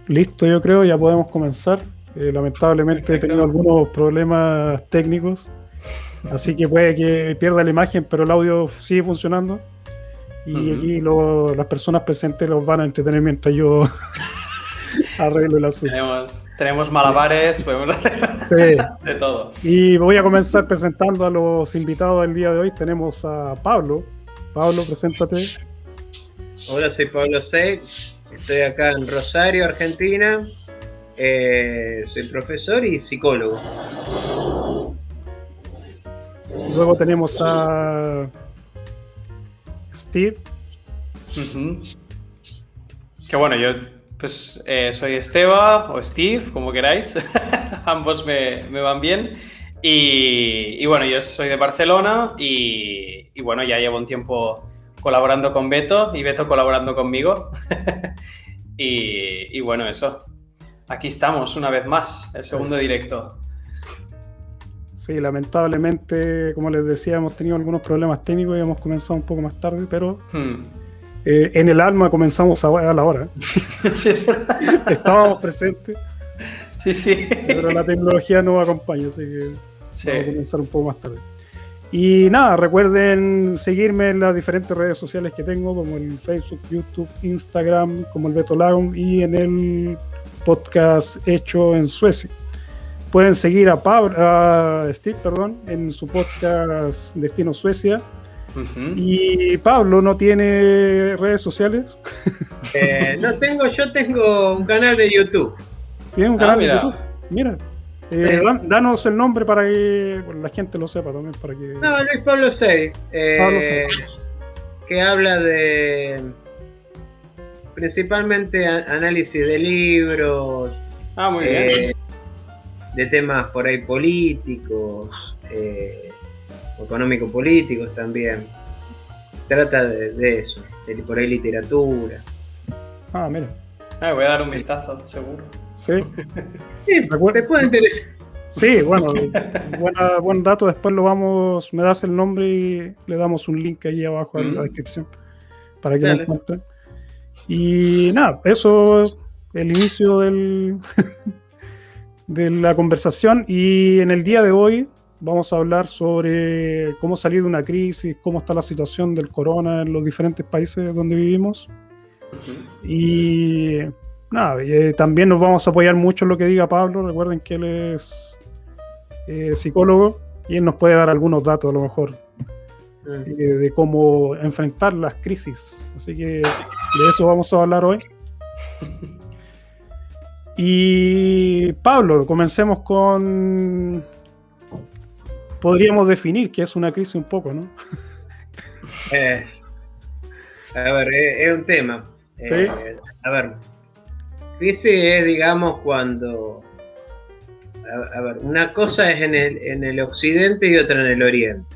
Listo, yo creo, ya podemos comenzar. Lamentablemente he Perfecto. tenido algunos problemas técnicos, así que puede que pierda la imagen, pero el audio sigue funcionando. Y aquí las personas presentes los van a entretener mientras yo arreglo el asunto. Tenemos malabares, podemos hacer Sí. de todo. Y voy a comenzar presentando a los invitados del día de hoy. Tenemos a Pablo. Pablo, preséntate. Hola, soy Pablo C. Estoy acá en Rosario, Argentina. Soy profesor y psicólogo. Luego tenemos a Steve. Que bueno, yo pues soy Esteba o Steve, como queráis. Ambos me van bien. Y bueno, yo soy de Barcelona y bueno, ya llevo un tiempo colaborando con Beto y Beto colaborando conmigo. y bueno, eso. Aquí estamos una vez más, el segundo directo. Sí, lamentablemente, como les decía, hemos tenido algunos problemas técnicos y hemos comenzado un poco más tarde, pero en el alma comenzamos a la hora. Sí, es verdad. Estábamos presentes, Sí. pero la tecnología nos acompaña, así que Sí. vamos a comenzar un poco más tarde. Y nada, recuerden seguirme en las diferentes redes sociales que tengo, como en Facebook, YouTube, Instagram, como el Beto Laum, y en el podcast hecho en Suecia. Pueden seguir a Steve, en su podcast Destino Suecia. Y Pablo no tiene redes sociales. Yo tengo un canal de YouTube. Tiene un canal mira. de YouTube. Mira. Danos el nombre para que la gente lo sepa también. Para que... No, Luis Pablo C. Pablo C. Que habla de principalmente análisis de libros. Muy bien. De temas por ahí políticos, económico-políticos también. Trata de eso, de por ahí literatura. Mira. Voy a dar un vistazo, seguro. Sí. Sí, te puede interesar. Sí, bueno, buen dato. Después me das el nombre y le damos un link ahí abajo en la descripción para que lo encuentren. Y nada, eso es el inicio de la conversación. Y en el día de hoy vamos a hablar sobre cómo salir de una crisis, cómo está la situación del corona en los diferentes países donde vivimos. Y nada, también nos vamos a apoyar mucho en lo que diga Pablo. Recuerden que él es psicólogo y él nos puede dar algunos datos a lo mejor de cómo enfrentar las crisis. Así que de eso vamos a hablar hoy. Y Pablo, comencemos con... Podríamos definir qué es una crisis un poco, ¿no? A ver, es un tema. ¿Sí? A ver, crisis es, digamos, cuando... A ver, una cosa es en el occidente y otra en el oriente.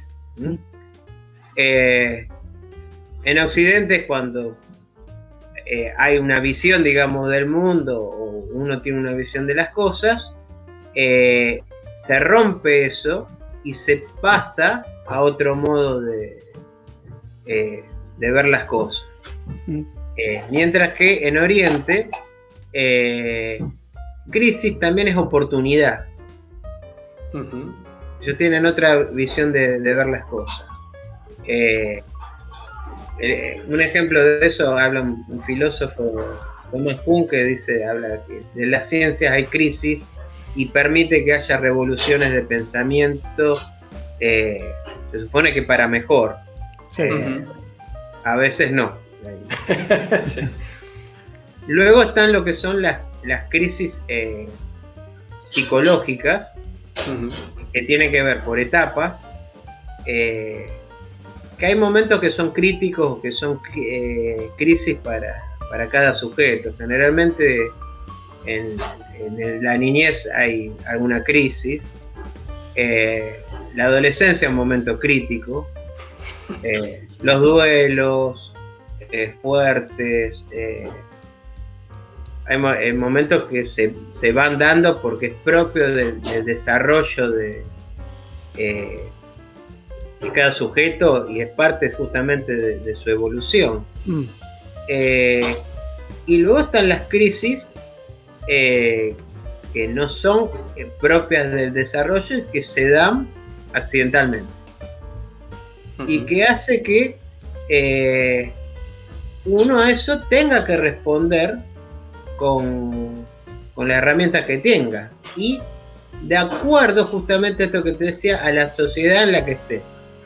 En occidente es cuando hay una visión, digamos, del mundo, o uno tiene una visión de las cosas, se rompe eso y se pasa a otro modo de ver las cosas. Mientras que en Oriente, crisis también es oportunidad. Ellos tienen otra visión de ver las cosas. Un ejemplo de eso habla un filósofo, Thomas Kuhn, que habla que de las ciencias hay crisis y permite que haya revoluciones de pensamiento, se supone que para mejor. Sí. A veces no. Sí. Luego están lo que son las crisis psicológicas, que tienen que ver por etapas, que hay momentos que son críticos, que son crisis para cada sujeto. Generalmente en la niñez hay alguna crisis, la adolescencia es un momento crítico, los duelos fuertes, hay momentos que se van dando porque es propio del desarrollo de cada sujeto y es parte justamente de su evolución. Y luego están las crisis que no son propias del desarrollo y que se dan accidentalmente. Y que hace que uno a eso tenga que responder con las herramientas que tenga y de acuerdo justamente a esto que te decía, a la sociedad en la que esté.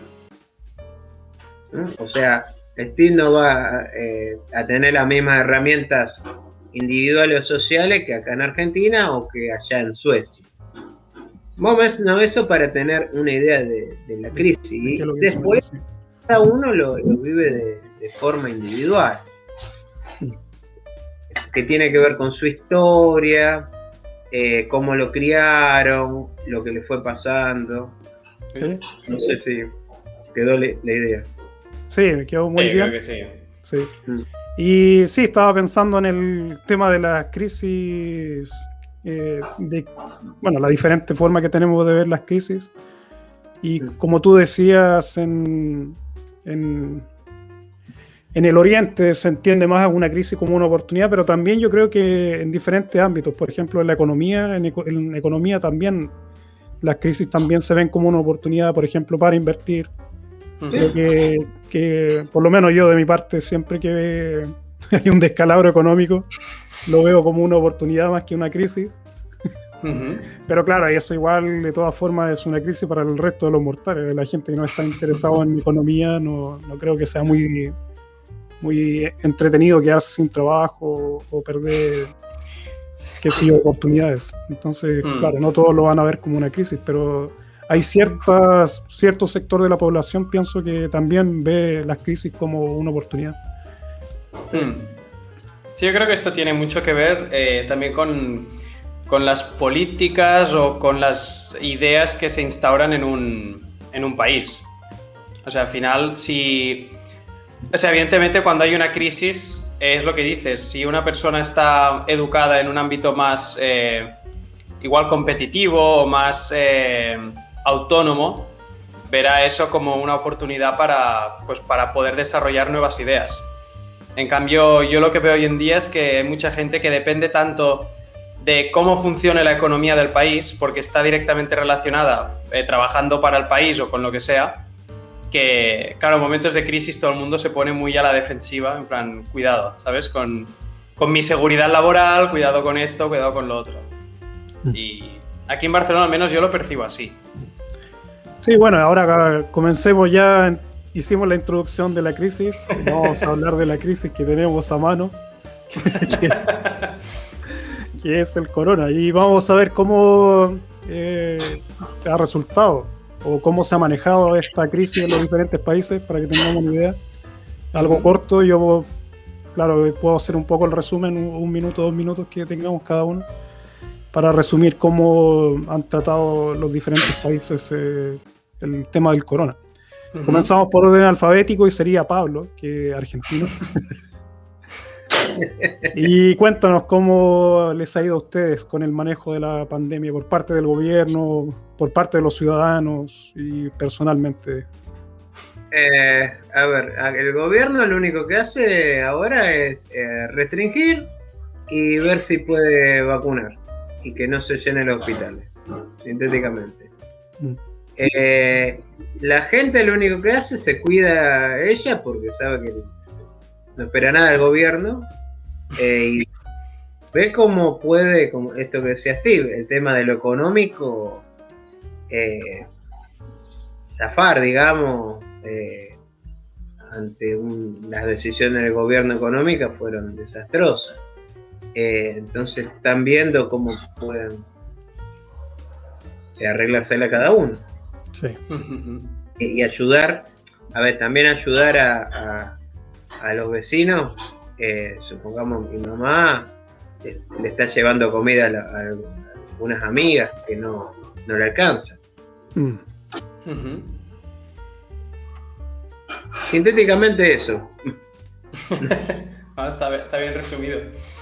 O sea, Steve no va a tener las mismas herramientas individuales o sociales que acá en Argentina o que allá en Suecia. No, eso para tener una idea de la crisis. Y después cada uno lo vive de forma individual. Que tiene que ver con su historia, cómo lo criaron, lo que le fue pasando. ¿Sí? No sé si quedó la idea. Sí, me quedó muy bien. Creo que sí. Sí. Y sí, estaba pensando en el tema de las crisis, la diferente forma que tenemos de ver las crisis. Y como tú decías, en el Oriente se entiende más una crisis como una oportunidad, pero también yo creo que en diferentes ámbitos, por ejemplo en la economía, en economía también las crisis también se ven como una oportunidad, por ejemplo, para invertir. Creo que por lo menos yo de mi parte, siempre que hay un descalabro económico, lo veo como una oportunidad más que una crisis. Pero claro, eso igual de todas formas es una crisis para el resto de los mortales. La gente que no está interesado en economía no creo que sea muy entretenido quedarse sin trabajo o perder oportunidades. Entonces, claro, no todos lo van a ver como una crisis, pero hay cierto sector de la población, pienso, que también ve las crisis como una oportunidad. Sí, yo creo que esto tiene mucho que ver también con las políticas o con las ideas que se instauran en un país. O sea, al final, evidentemente cuando hay una crisis, es lo que dices, si una persona está educada en un ámbito más igual competitivo o más autónomo, verá eso como una oportunidad para poder desarrollar nuevas ideas. En cambio, yo lo que veo hoy en día es que hay mucha gente que depende tanto de cómo funcione la economía del país, porque está directamente relacionada trabajando para el país o con lo que sea, que, claro, en momentos de crisis todo el mundo se pone muy a la defensiva, en plan, cuidado, ¿sabes? Con mi seguridad laboral, cuidado con esto, cuidado con lo otro. Y aquí en Barcelona al menos yo lo percibo así. Sí, bueno, ahora comencemos ya, hicimos la introducción de la crisis, vamos a hablar de la crisis que tenemos a mano, que es el corona, y vamos a ver cómo ha resultado o cómo se ha manejado esta crisis en los diferentes países, para que tengamos una idea. Algo corto, yo, claro, puedo hacer un poco el resumen, 1 minuto, 2 minutos que tengamos cada uno, para resumir cómo han tratado los diferentes países el tema del corona. Comenzamos por orden alfabético y sería Pablo, que es argentino. Y cuéntanos cómo les ha ido a ustedes con el manejo de la pandemia por parte del gobierno, por parte de los ciudadanos y personalmente. A ver, el gobierno lo único que hace ahora es restringir y ver si puede vacunar y que no se llenen los hospitales, sintéticamente. La gente lo único que hace, se cuida a ella porque sabe que no espera nada del gobierno, y ve cómo puede, como esto que decía Steve, el tema de lo económico, zafar, digamos, ante las decisiones del gobierno económicas fueron desastrosas. Entonces están viendo cómo pueden arreglársela a cada uno. Sí. Y ayudar, también ayudar a los vecinos. Supongamos mi mamá le está llevando comida a algunas amigas que no le alcanza. Sintéticamente eso. Está bien resumido.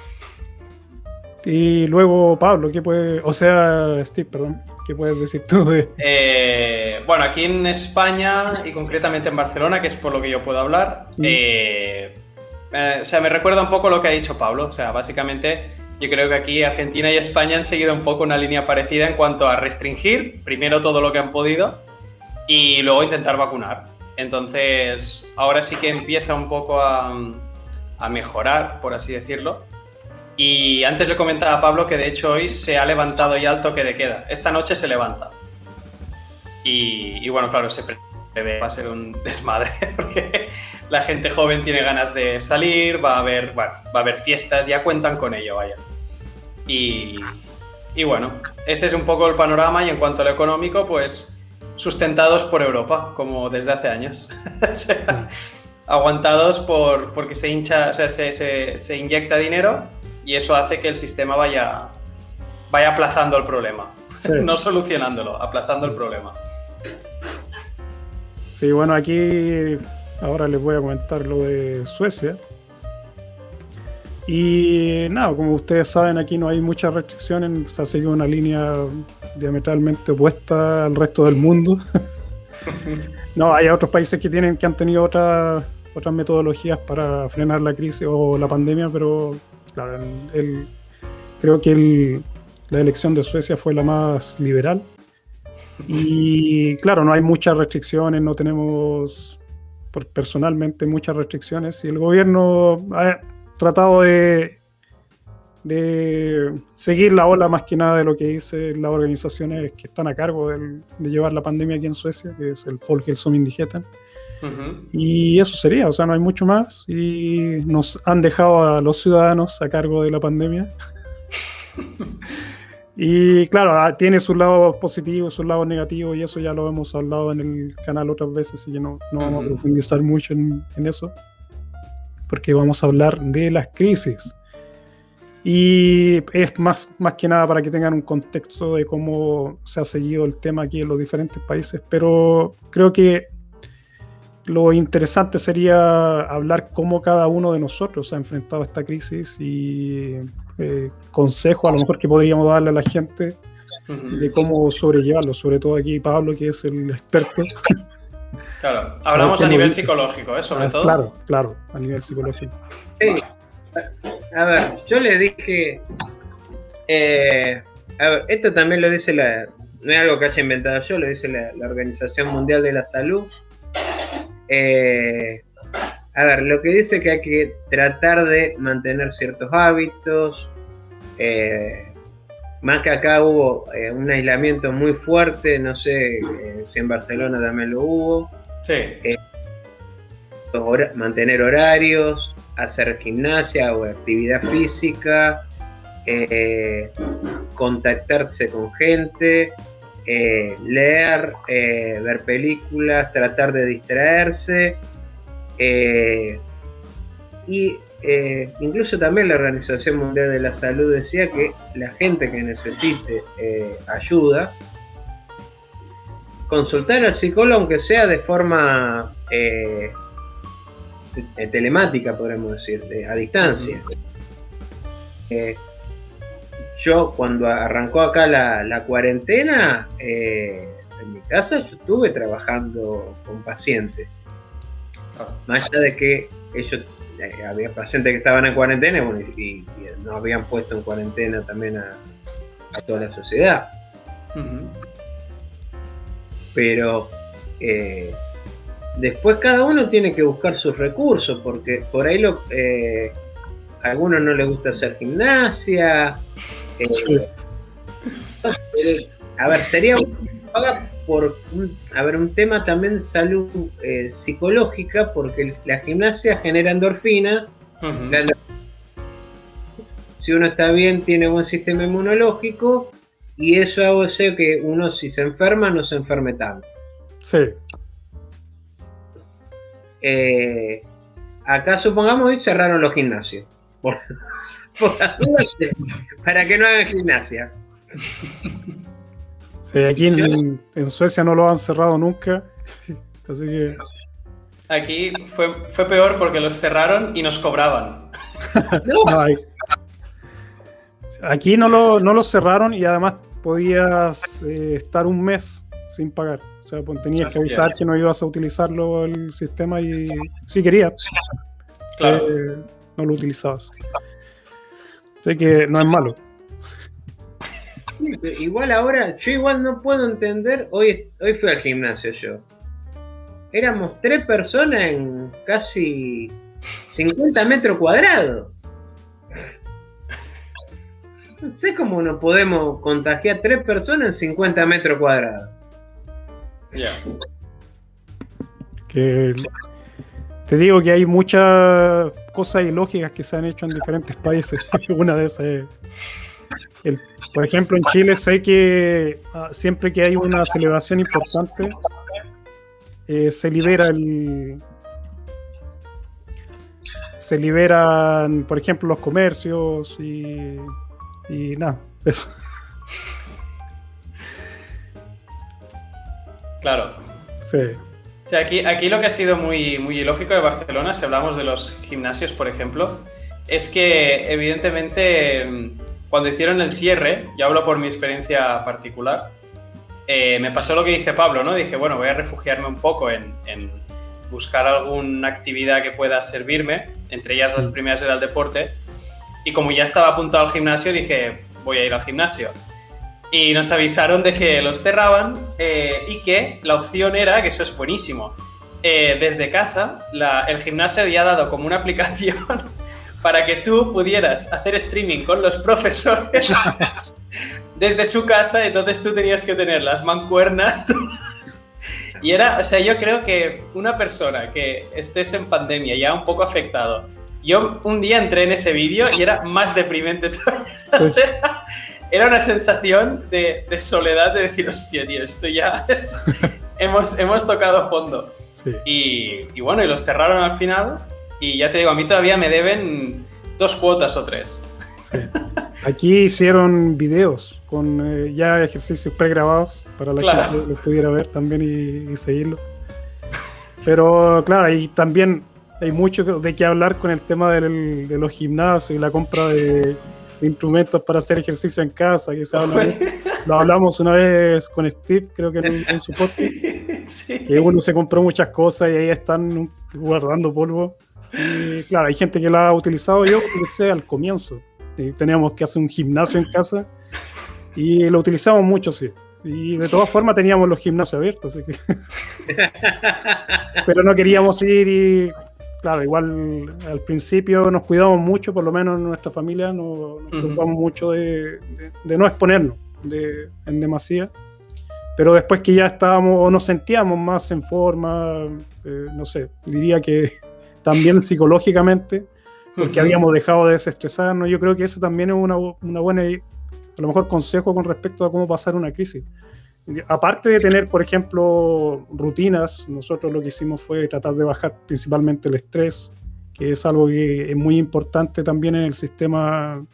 Y luego, Pablo, Steve, perdón, ¿qué puedes decir tú de...? Bueno, aquí en España y concretamente en Barcelona, que es por lo que yo puedo hablar, me recuerda un poco lo que ha dicho Pablo. O sea, básicamente Yo creo que aquí Argentina y España han seguido un poco una línea parecida en cuanto a restringir, primero todo lo que han podido y luego intentar vacunar. Entonces, ahora sí que empieza un poco a mejorar, por así decirlo. Y antes le comentaba a Pablo que de hecho hoy se ha levantado ya el toque de queda. Esta noche se levanta. Y bueno, claro, se prevé va a ser un desmadre porque la gente joven tiene ganas de salir, va a haber fiestas, ya cuentan con ello, vaya. Y bueno, ese es un poco el panorama y en cuanto a lo económico, pues sustentados por Europa, como desde hace años. O sea, aguantados porque se hincha, o sea, se inyecta dinero y eso hace que el sistema vaya aplazando el problema. Sí. No solucionándolo, aplazando el problema. Sí, bueno, aquí ahora les voy a comentar lo de Suecia. Y nada, como ustedes saben, aquí no hay muchas restricciones, se ha seguido una línea diametralmente opuesta al resto del mundo. No, hay otros países que han tenido otras metodologías para frenar la crisis o la pandemia, pero claro, creo que la elección de Suecia fue la más liberal. Y claro, no hay muchas restricciones, no tenemos personalmente muchas restricciones y el gobierno ha tratado de seguir la ola más que nada de lo que dicen las organizaciones que están a cargo de llevar la pandemia aquí en Suecia, que es el Folkhälsomyndigheten. Uh-huh. Y eso sería, o sea, no hay mucho más y nos han dejado a los ciudadanos a cargo de la pandemia. Y claro, tiene sus lados positivos, sus lados negativos y eso ya lo hemos hablado en el canal otras veces, así que no vamos a profundizar mucho en eso, porque vamos a hablar de las crisis. Y es más que nada para que tengan un contexto de cómo se ha seguido el tema aquí en los diferentes países, pero creo que lo interesante sería hablar cómo cada uno de nosotros ha enfrentado esta crisis y consejos a lo mejor que podríamos darle a la gente de cómo sobrellevarlo, sobre todo aquí Pablo, que es el experto. Claro, hablamos a nivel psicológico, sobre todo. Claro, a nivel psicológico. Sí. A ver, yo le dije, a ver, esto también lo dice no es algo que haya inventado yo, lo dice la Organización Mundial de la Salud. A ver, lo que dice que hay que tratar de mantener ciertos hábitos, más que acá hubo un aislamiento muy fuerte, no sé si en Barcelona también lo hubo. Sí. Mantener horarios, hacer gimnasia o actividad física, contactarse con gente, leer, ver películas, tratar de distraerse y incluso también la Organización Mundial de la Salud decía que la gente que necesite ayuda, consultar al psicólogo aunque sea de forma telemática, podemos decir, a distancia. Yo cuando arrancó acá la cuarentena, en mi casa yo estuve trabajando con pacientes. Más allá de que ellos, había pacientes que estaban en cuarentena y nos habían puesto en cuarentena también a toda la sociedad. Uh-huh. Pero después cada uno tiene que buscar sus recursos, porque por ahí a algunos no les gusta hacer gimnasia. A ver, sería un tema también de salud psicológica, porque la gimnasia genera endorfina. Uh-huh. Si uno está bien, tiene buen sistema inmunológico y eso hace que uno, si se enferma, no se enferme tanto. Sí. Acá supongamos hoy cerraron los gimnasios por para que no hagan gimnasia. Sí, aquí en Suecia no lo han cerrado nunca, así que... Aquí fue peor porque los cerraron y nos cobraban. Ay. Aquí no lo cerraron y además podías estar un mes sin pagar. O sea, pues tenías que avisar que no ibas a utilizarlo el sistema y si querías, claro. No lo utilizabas. Sé que no es malo. Sí, pero igual ahora, yo igual no puedo entender, hoy fui al gimnasio yo. Éramos 3 personas en casi 50 metros cuadrados. No sé cómo nos podemos contagiar 3 personas en 50 metros cuadrados. Ya. Que te digo que hay muchas cosas ilógicas que se han hecho en diferentes países. Una de esas es, por ejemplo, en Chile sé que siempre que hay una celebración importante, se liberan, por ejemplo, los comercios y nada, eso. Claro. Sí. O sea, aquí lo que ha sido muy, muy ilógico de Barcelona, si hablamos de los gimnasios, por ejemplo, es que evidentemente cuando hicieron el cierre, yo hablo por mi experiencia particular, me pasó lo que dice Pablo, ¿no? Dije, bueno, voy a refugiarme un poco en buscar alguna actividad que pueda servirme, entre ellas las primeras era el deporte, y como ya estaba apuntado al gimnasio, dije, voy a ir al gimnasio. Y nos avisaron de que los cerraban y que la opción era, que eso es buenísimo, desde casa el gimnasio había dado como una aplicación para que tú pudieras hacer streaming con los profesores desde su casa, entonces tú tenías que tener las mancuernas. Y era, o sea, yo creo que una persona que estés en pandemia ya un poco afectado, yo un día entré en ese vídeo y era más deprimente todavía. O sea, era una sensación de soledad, de decir, hostia, tío, esto ya es... hemos tocado fondo. Sí. Y bueno, y los cerraron al final. Y ya te digo, a mí todavía me deben 2 cuotas o 3. Sí. Aquí hicieron videos con ya ejercicios pregrabados para la gente los pudiera ver también y seguirlos. Pero claro, y también hay mucho de qué hablar con el tema de los gimnasios y la compra de instrumentos para hacer ejercicio en casa, que se habla lo hablamos una vez con Steve, creo que en su podcast, sí. Que uno se compró muchas cosas y ahí están guardando polvo. Y claro, hay gente que la ha utilizado, yo utilicé al comienzo, teníamos que hacer un gimnasio en casa y lo utilizamos mucho, sí. Y de todas formas teníamos los gimnasios abiertos, así que... pero no queríamos ir y... Claro, igual al principio nos cuidamos mucho, por lo menos en nuestra familia nos preocupamos mucho de no exponernos en demasía, pero después que ya estábamos o nos sentíamos más en forma, no sé, diría que también psicológicamente, porque habíamos dejado de desestresarnos. Yo creo que ese también es una buena, a lo mejor, consejo con respecto a cómo pasar una crisis. Aparte de tener, por ejemplo, rutinas, nosotros lo que hicimos fue tratar de bajar principalmente el estrés, que es algo que es muy importante también en el sistema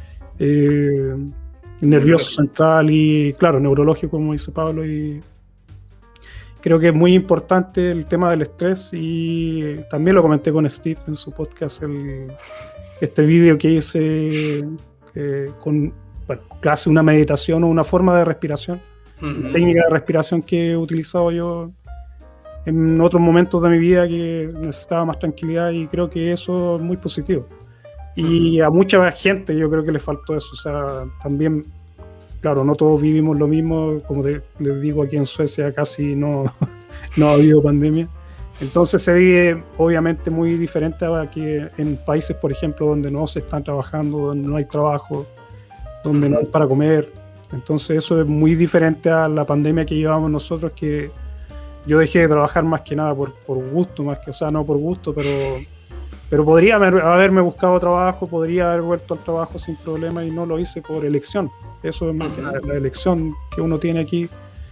nervioso central y, claro, neurológico, como dice Pablo, y creo que es muy importante el tema del estrés, y también lo comenté con Steve en su podcast, este vídeo que hice con, bueno, casi una meditación o una forma de respiración. Una técnica de respiración que he utilizado yo en otros momentos de mi vida que necesitaba más tranquilidad, y creo que eso es muy positivo. Y a mucha gente yo creo que le faltó eso. O sea, también, claro, no todos vivimos lo mismo. Como les digo, aquí en Suecia casi no ha habido pandemia. Entonces se vive obviamente muy diferente a que en países, por ejemplo, donde no se está trabajando, donde no hay trabajo, donde no hay para comer. Entonces eso es muy diferente a la pandemia que llevamos nosotros, que yo dejé de trabajar más que nada por gusto, más que, o sea, no por gusto, pero podría haberme buscado trabajo, podría haber vuelto al trabajo sin problema, y no lo hice por elección. Eso es más que nada la elección que uno tiene aquí,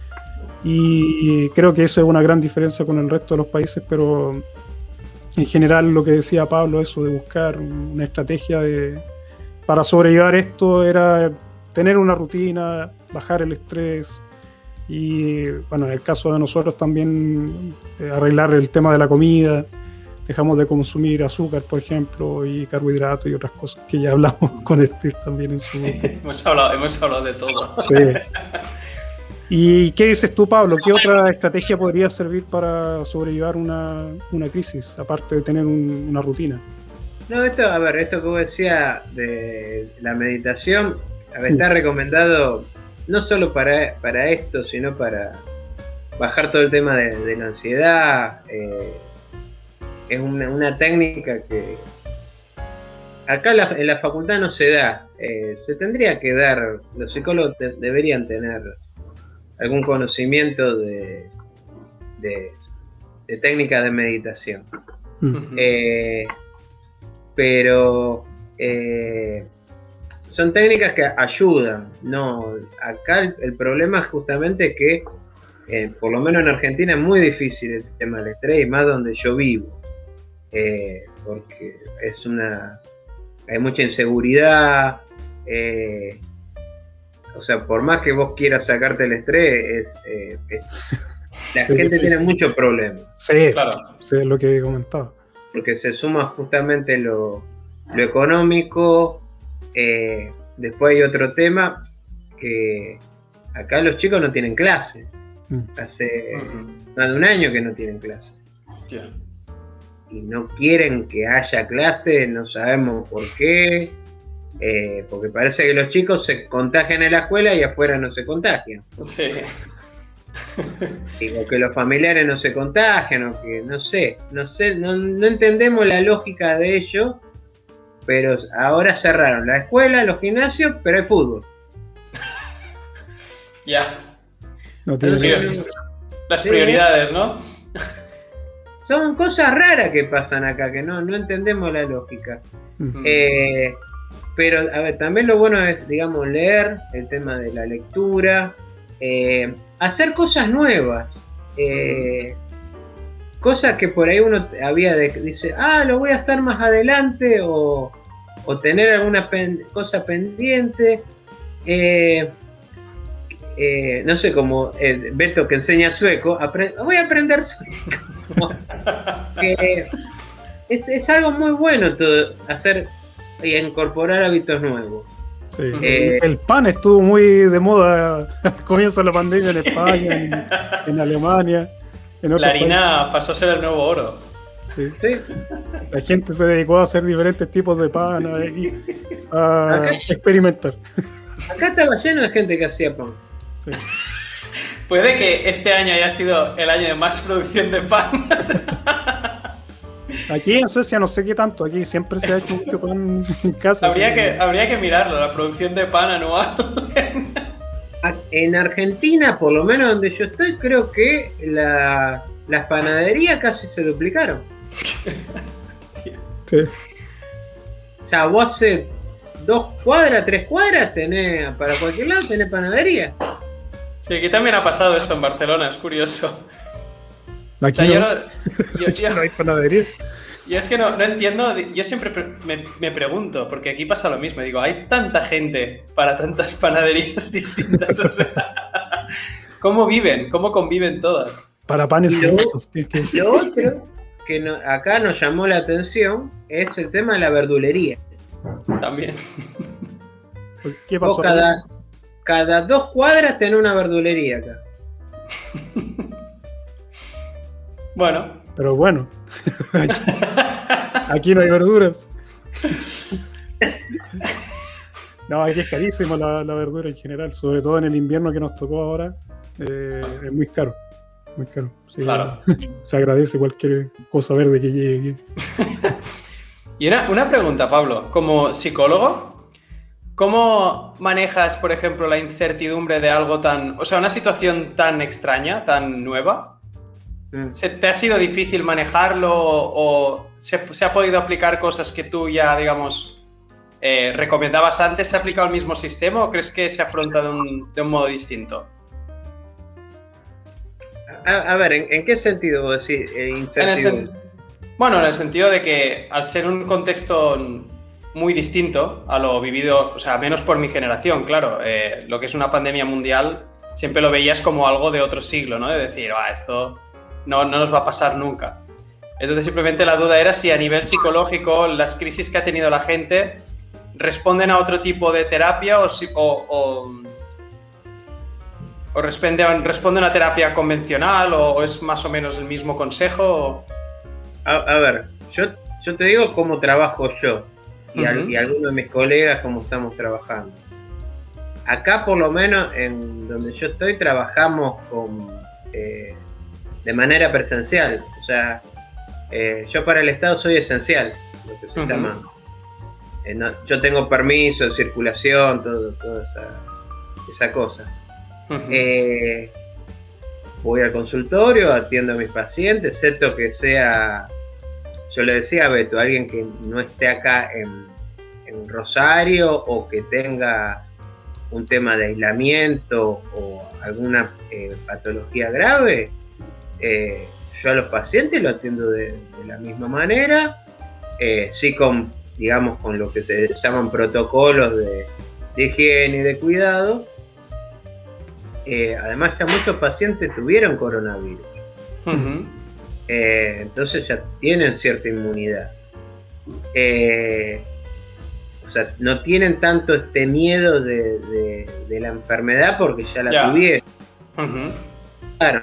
y creo que eso es una gran diferencia con el resto de los países. Pero en general lo que decía Pablo, eso de buscar una estrategia para sobrellevar esto, era tener una rutina, bajar el estrés y, bueno, en el caso de nosotros también arreglar el tema de la comida. Dejamos de consumir azúcar, por ejemplo, y carbohidratos y otras cosas que ya hablamos con Steve también en su... Sí, hemos hablado de todo. Sí. ¿Y qué dices tú, Pablo? ¿Qué otra estrategia podría servir para sobrellevar una crisis, aparte de tener una rutina? No, esto que vos decías de la meditación, está recomendado no solo para esto, sino para bajar todo el tema de la ansiedad. Es una técnica que acá en la facultad no se da. Se tendría que dar, los psicólogos deberían tener algún conocimiento de técnicas de meditación. Pero son técnicas que ayudan. No, acá el problema es justamente que por lo menos en Argentina es muy difícil el tema del estrés, y más donde yo vivo, porque hay mucha inseguridad. O sea, por más que vos quieras sacarte el estrés, la gente tiene muchos problemas. Sí, claro. Sí, es lo que comentaba. Porque se suma justamente lo económico. Después hay otro tema, que acá los chicos no tienen clases. Hace más de un año que no tienen clases. Hostia. Y no quieren que haya clases, no sabemos por qué. Porque parece que los chicos se contagian en la escuela y afuera no se contagian. Sí. O que los familiares no se contagian, o que no entendemos la lógica de ello, pero ahora cerraron la escuela, los gimnasios, pero hay fútbol. Ya. No tiene las prioridades, ¿no? Son cosas raras que pasan acá, que no entendemos la lógica. Pero, a ver, también lo bueno es, digamos, leer, el tema de la lectura, hacer cosas nuevas, cosas que por ahí uno dice, lo voy a hacer más adelante, o tener alguna cosa pendiente. No sé, como Beto que enseña sueco, voy a aprender sueco. Es algo muy bueno todo, hacer y incorporar hábitos nuevos. Sí. El pan estuvo muy de moda al comienzo de la pandemia en España, en Alemania. La harina pasó a ser el nuevo oro. Sí. La gente se dedicó a hacer diferentes tipos de pan, a experimentar. Acá estaba lleno de gente que hacía pan. Sí. Puede que este año haya sido el año de más producción de pan. Aquí en Suecia no sé qué tanto, aquí siempre se ha hecho mucho pan en casa. Habría que mirarlo, la producción de pan anual. En Argentina, por lo menos donde yo estoy, creo que las panaderías casi se duplicaron. Sí. O sea, vos hace 2 cuadras, 3 cuadras, para cualquier lado tenés panadería. Sí, aquí también ha pasado esto en Barcelona, es curioso. Aquí no hay panadería. Y es que no entiendo, yo siempre me pregunto, porque aquí pasa lo mismo, digo, hay tanta gente para tantas panaderías distintas, o sea, ¿cómo viven? ¿Cómo conviven todas? Para panes Lo otro que acá nos llamó la atención es el tema de la verdulería. También. ¿Qué pasó? Cada 2 cuadras tenés una verdulería acá. Bueno. Pero bueno, aquí no hay verduras. No, aquí es carísimo la verdura en general, sobre todo en el invierno que nos tocó ahora. Es muy caro. Muy caro. Sí, claro. Se agradece cualquier cosa verde que llegue aquí. Y una pregunta, Pablo, como psicólogo, ¿cómo manejas, por ejemplo, la incertidumbre de algo una situación tan extraña, tan nueva? ¿Te ha sido difícil manejarlo o se ha podido aplicar cosas que tú ya, digamos, recomendabas antes? ¿Se ha aplicado el mismo sistema o crees que se afronta de un modo distinto? A ver, ¿en qué sentido vos decís incertidumbre? En el sentido de que al ser un contexto muy distinto a lo vivido, o sea, menos por mi generación, claro, lo que es una pandemia mundial siempre lo veías como algo de otro siglo, ¿no? De decir, esto no nos va a pasar nunca. Entonces simplemente la duda era si a nivel psicológico las crisis que ha tenido la gente responden a otro tipo de terapia o responden a terapia convencional o es más o menos el mismo consejo. A ver, yo yo te digo cómo trabajo yo y, Uh-huh. y algunos de mis colegas cómo estamos trabajando. Acá, por lo menos, en donde yo estoy, trabajamos de manera presencial. O sea, yo para el Estado soy esencial, lo que se llama. Yo tengo permiso de circulación, toda esa cosa. Uh-huh. Voy al consultorio, atiendo a mis pacientes, excepto que sea, yo le decía a Beto, alguien que no esté acá en Rosario o que tenga un tema de aislamiento o alguna patología grave, yo a los pacientes lo atiendo de la misma manera, sí con, digamos, con lo que se llaman protocolos de higiene y de cuidado. Además ya muchos pacientes tuvieron coronavirus. Uh-huh. Entonces ya tienen cierta inmunidad. O sea, no tienen tanto este miedo de la enfermedad porque ya la tuvieron. Uh-huh. Claro.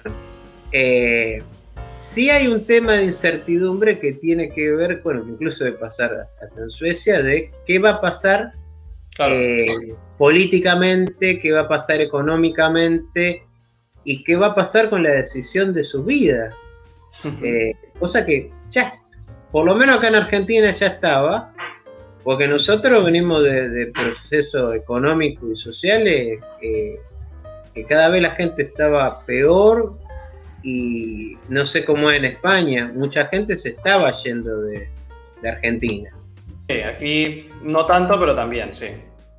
Sí hay un tema de incertidumbre que tiene que ver, bueno, incluso de pasar hasta en Suecia, de qué va a pasar políticamente, qué va a pasar económicamente y qué va a pasar con la decisión de su vida. Uh-huh. Cosa que ya, por lo menos acá en Argentina ya estaba, porque nosotros venimos de procesos económicos y sociales que cada vez la gente estaba peor y no sé cómo es en España, mucha gente se estaba yendo de Argentina. Sí, aquí no tanto, pero también, sí.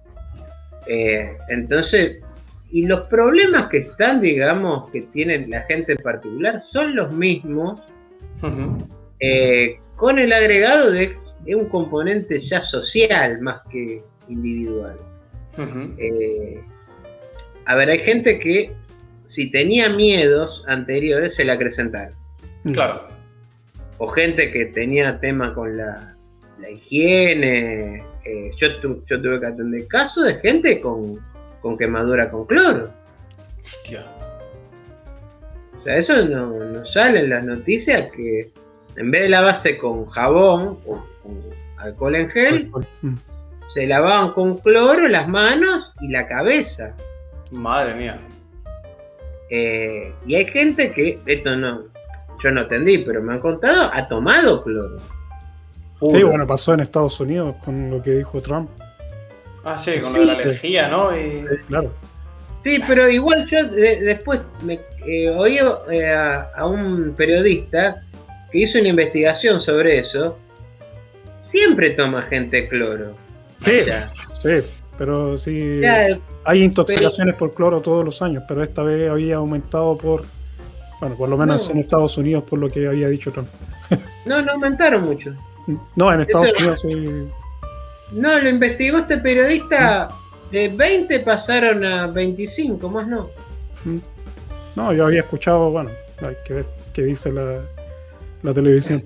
Entonces, y los problemas que están, digamos, que tiene la gente en particular, son los mismos, uh-huh. Con el agregado de un componente ya social más que individual. Uh-huh. A ver, hay gente que si tenía miedos anteriores se la acrecentaron. Claro. O gente que tenía tema con la higiene. Yo tuve que atender casos de gente con quemadura con cloro. Hostia. O sea, eso no sale en las noticias, que en vez de lavarse con jabón o con alcohol en gel, se lavaban con cloro las manos y la cabeza. Madre mía. Y hay gente que, esto yo no entendí, pero me han contado, ha tomado cloro. Sí, bueno, pasó en Estados Unidos con lo que dijo Trump. Ah, sí, con lo de la lejía, ¿no? Claro. Sí, pero igual yo después oí a un periodista que hizo una investigación sobre eso. Siempre toma gente cloro. Sí, pero sí, hay intoxicaciones por cloro todos los años, pero esta vez había aumentado por lo menos en Estados Unidos, por lo que había dicho Trump. No aumentaron mucho. No, en Estados Unidos sí. No, lo investigó este periodista, de 20 pasaron a 25, más no. No, yo había escuchado, bueno, hay que ver qué dice la televisión.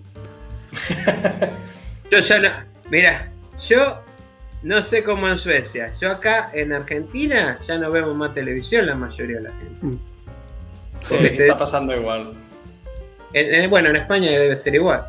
Yo ya no, mira, yo no sé cómo en Suecia, yo acá en Argentina ya no vemos más televisión la mayoría de la gente. Sí, está pasando igual. Bueno, en España debe ser igual.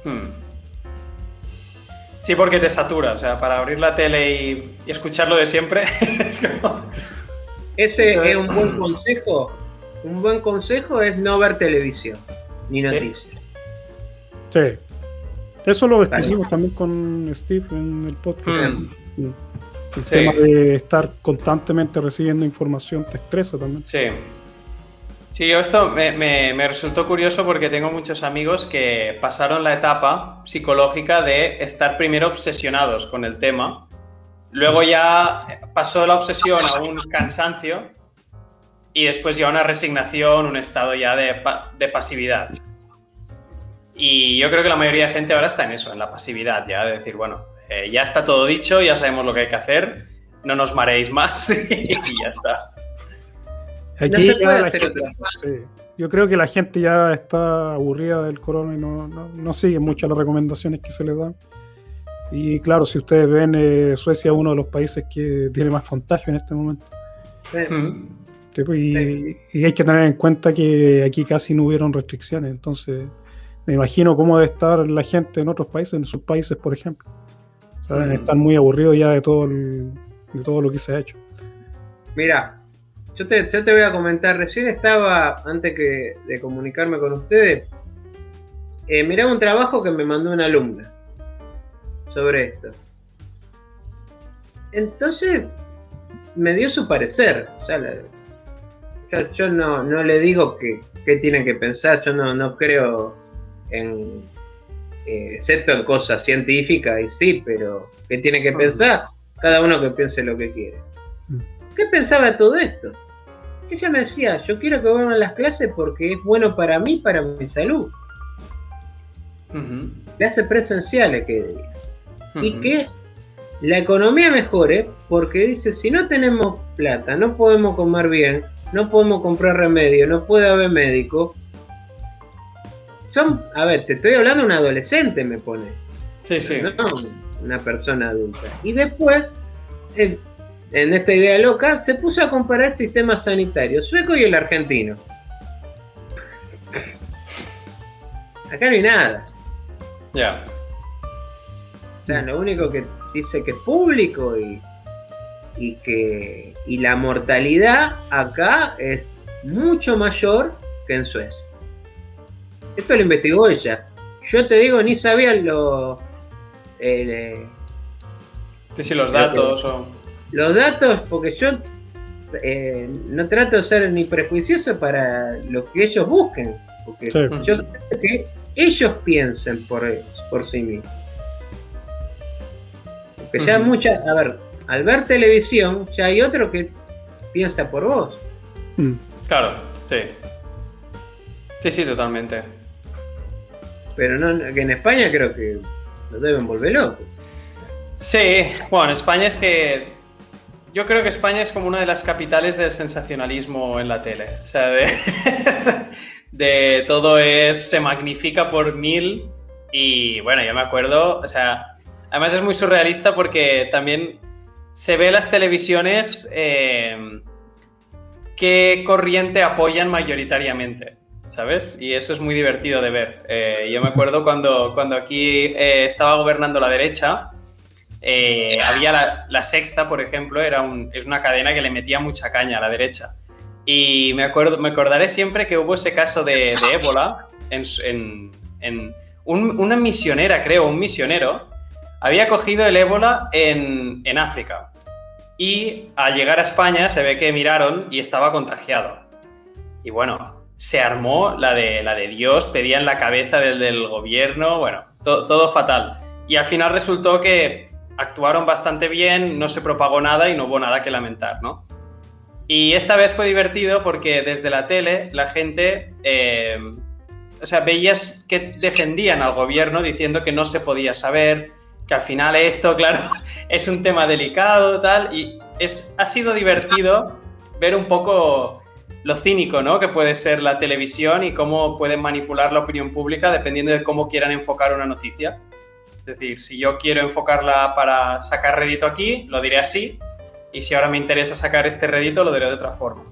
Sí, porque te satura, o sea, para abrir la tele y escucharlo de siempre. Es como... Ese es un buen consejo. Un buen consejo es no ver televisión ni noticias. Sí. Eso lo discutimos también con Steve en el podcast. El tema de estar constantemente recibiendo información te estresa también. Sí. Sí, esto me resultó curioso porque tengo muchos amigos que pasaron la etapa psicológica de estar primero obsesionados con el tema, luego ya pasó la obsesión a un cansancio y después ya una resignación, un estado ya de pasividad. Y yo creo que la mayoría de gente ahora está en eso, en la pasividad ya, de decir, bueno, ya está todo dicho, ya sabemos lo que hay que hacer, no nos mareéis más y ya está. Aquí no se puede hacer otra cosa. Sí. Yo creo que la gente ya está aburrida del corona y no sigue muchas las recomendaciones que se les dan. Y claro, si ustedes ven, Suecia es uno de los países que tiene más contagio en este momento. Sí. Y hay que tener en cuenta que aquí casi no hubieron restricciones, entonces me imagino cómo debe estar la gente en otros países, en sus países, por ejemplo. O sea, deben estar muy aburridos ya de todo lo que se ha hecho. Mira, yo te voy a comentar, recién estaba, antes de comunicarme con ustedes, miraba un trabajo que me mandó una alumna sobre esto. Entonces, me dio su parecer. O sea, yo no le digo qué tiene que pensar, yo no creo en, excepto en cosas científicas, y sí, pero ¿qué tiene que pensar? Cada uno que piense lo que quiere. ¿Qué pensaba de todo esto? Ella me decía, yo quiero que vuelvan las clases porque es bueno para mí, para mi salud. Clases presenciales, que diga. Y que la economía mejore, porque dice, si no tenemos plata, no podemos comer bien, no podemos comprar remedio, no puede haber médico. A ver, te estoy hablando de un adolescente, me pone. Sí, sí. No una persona adulta. Y después, en esta idea loca, se puso a comparar el sistema sanitario sueco y el argentino. Acá no hay nada. Ya. O sea, lo único que dice que es público y la mortalidad acá es mucho mayor que en Suecia. Esto lo investigó ella. Yo te digo, ni sabía Sí, los datos. Los datos, porque yo no trato de ser ni prejuicioso para lo que ellos busquen. Porque yo sé que ellos piensen por sí mismos. Porque ya a ver, al ver televisión, ya hay otro que piensa por vos. Claro, sí. Sí, totalmente. Pero que en España creo que lo deben volver loco. Sí, bueno, España es que... Yo creo que España es como una de las capitales del sensacionalismo en la tele. O sea, de todo se magnifica por 1000 y bueno, yo me acuerdo, o sea, además es muy surrealista porque también se ve las televisiones qué corriente apoyan mayoritariamente, ¿sabes? Y eso es muy divertido de ver. Yo me acuerdo cuando aquí estaba gobernando la derecha, había la Sexta, por ejemplo, es una cadena que le metía mucha caña a la derecha. Y me acordaré siempre que hubo ese caso de ébola en una misionera, creo, un misionero, había cogido el ébola en África. Y al llegar a España se ve que miraron y estaba contagiado. Y bueno, se armó la de Dios, pedían la cabeza del gobierno, bueno, todo fatal. Y al final resultó que actuaron bastante bien, no se propagó nada y no hubo nada que lamentar, ¿no? Y esta vez fue divertido porque desde la tele la gente, o sea, veías que defendían al gobierno diciendo que no se podía saber, que al final esto, claro, es un tema delicado, tal, y ha sido divertido ver un poco lo cínico, ¿no?, que puede ser la televisión y cómo pueden manipular la opinión pública dependiendo de cómo quieran enfocar una noticia. Es decir, si yo quiero enfocarla para sacar rédito aquí, lo diré así, y si ahora me interesa sacar este rédito, lo diré de otra forma.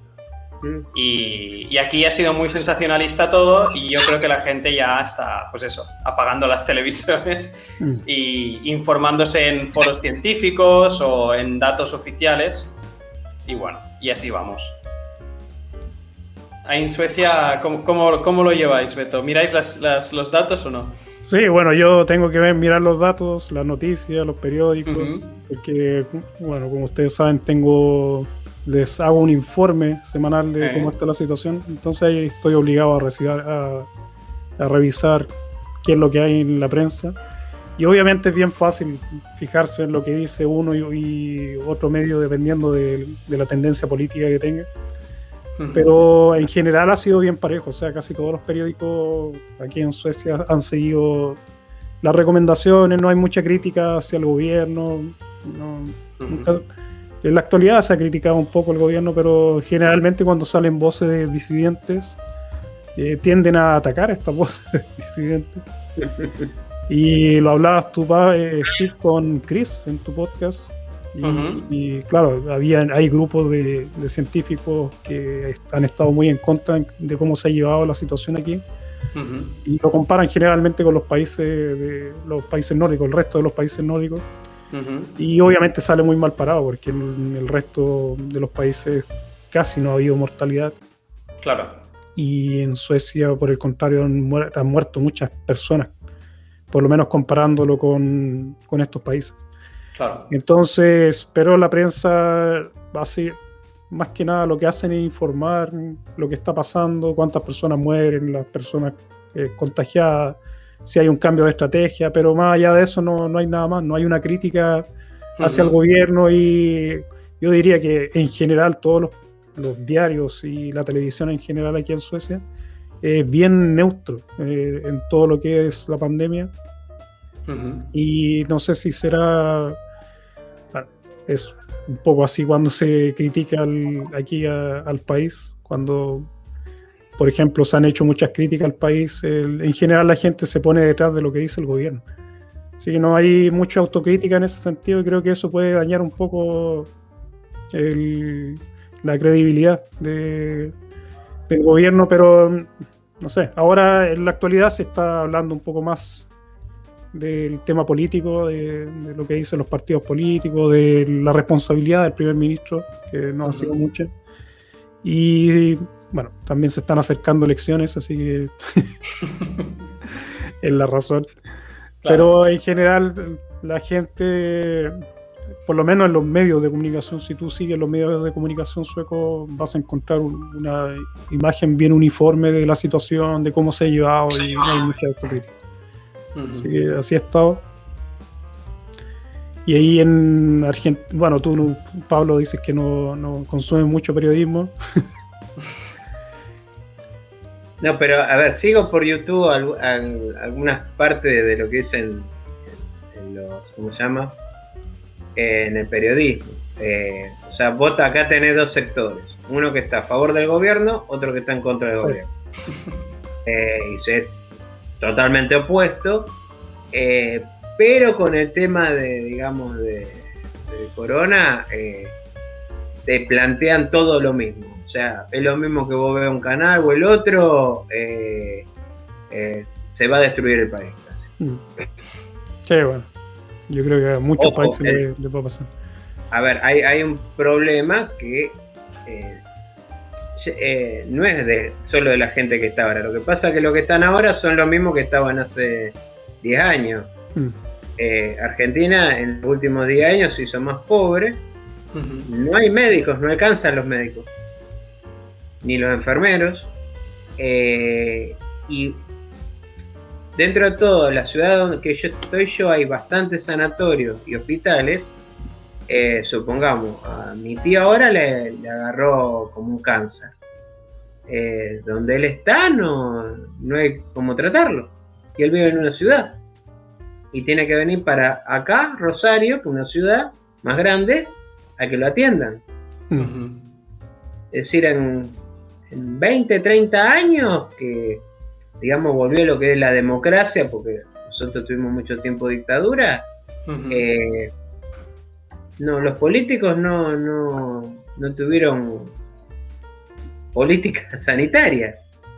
Y aquí ha sido muy sensacionalista todo, y yo creo que la gente ya está, pues eso, apagando las televisiones y informándose en foros científicos o en datos oficiales, y bueno, y así vamos. Ahí en Suecia, ¿cómo lo lleváis, Beto? ¿Miráis los datos o no? Sí, bueno, yo tengo que mirar los datos, las noticias, los periódicos, porque, bueno, como ustedes saben, les hago un informe semanal de cómo está la situación, entonces ahí estoy obligado a revisar qué es lo que hay en la prensa, y obviamente es bien fácil fijarse en lo que dice uno y otro medio dependiendo de la tendencia política que tenga. Pero en general ha sido bien parejo, o sea, casi todos los periódicos aquí en Suecia han seguido las recomendaciones, no hay mucha crítica hacia el gobierno, nunca, en la actualidad se ha criticado un poco el gobierno, pero generalmente cuando salen voces de disidentes tienden a atacar a estas voces de disidentes. Y lo hablabas tú, Steve, con Chris en tu podcast. Y claro, hay grupos de científicos que han estado muy en contra de cómo se ha llevado la situación aquí, y lo comparan generalmente con los países nórdicos, el resto de los países nórdicos, y obviamente sale muy mal parado porque en el resto de los países casi no ha habido mortalidad. Claro. Y en Suecia, por el contrario, han muerto muchas personas, por lo menos comparándolo con estos países. Claro. Entonces, pero la prensa así, más que nada lo que hacen es informar lo que está pasando, cuántas personas mueren, las personas contagiadas, si hay un cambio de estrategia, pero más allá de eso no hay nada más, no hay una crítica hacia el gobierno, y yo diría que en general todos los diarios y la televisión en general aquí en Suecia es bien neutro en todo lo que es la pandemia. Y no sé si será, es un poco así cuando se critica aquí al país, cuando por ejemplo se han hecho muchas críticas al país, en general la gente se pone detrás de lo que dice el gobierno, así que no hay mucha autocrítica en ese sentido, y creo que eso puede dañar un poco la credibilidad del gobierno, pero no sé, ahora en la actualidad se está hablando un poco más del tema político, de lo que dicen los partidos políticos, de la responsabilidad del primer ministro, que no ha sido mucha, y bueno, también se están acercando elecciones, así que es la razón. Claro. Pero en general la gente, por lo menos en los medios de comunicación, si tú sigues los medios de comunicación suecos, vas a encontrar una imagen bien uniforme de la situación, de cómo se ha llevado, y no hay mucha autocrítica. Así que así ha estado. Y ahí en Argentina, bueno, tú, Pablo, dices que no consumes mucho periodismo. No, pero a ver, sigo por YouTube algunas partes de lo que dicen ¿cómo se llama? En el periodismo. O sea, vos acá tenés dos sectores. Uno que está a favor del gobierno, otro que está en contra del gobierno. Y es totalmente opuesto. Pero con el tema de corona, te plantean todo lo mismo. O sea, es lo mismo que vos veas un canal o el otro, se va a destruir el país casi. Sí, bueno, yo creo que a muchos países le puede pasar. A ver, hay un problema que no es solo de la gente que está ahora. Lo que pasa es que los que están ahora son los mismos que estaban hace 10 años. Argentina en los últimos 10 años se hizo más pobre. No hay médicos, no alcanzan los médicos ni los enfermeros, y dentro de todo la ciudad donde que yo estoy hay bastantes sanatorios y hospitales. Supongamos, a mi tío ahora le agarró como un cáncer, donde él está no hay cómo tratarlo, y él vive en una ciudad y tiene que venir para acá, Rosario, que es una ciudad más grande, a que lo atiendan. Es decir, en 20, 30 años que, digamos, volvió lo que es la democracia, porque nosotros tuvimos mucho tiempo de dictadura, los políticos no tuvieron política sanitaria.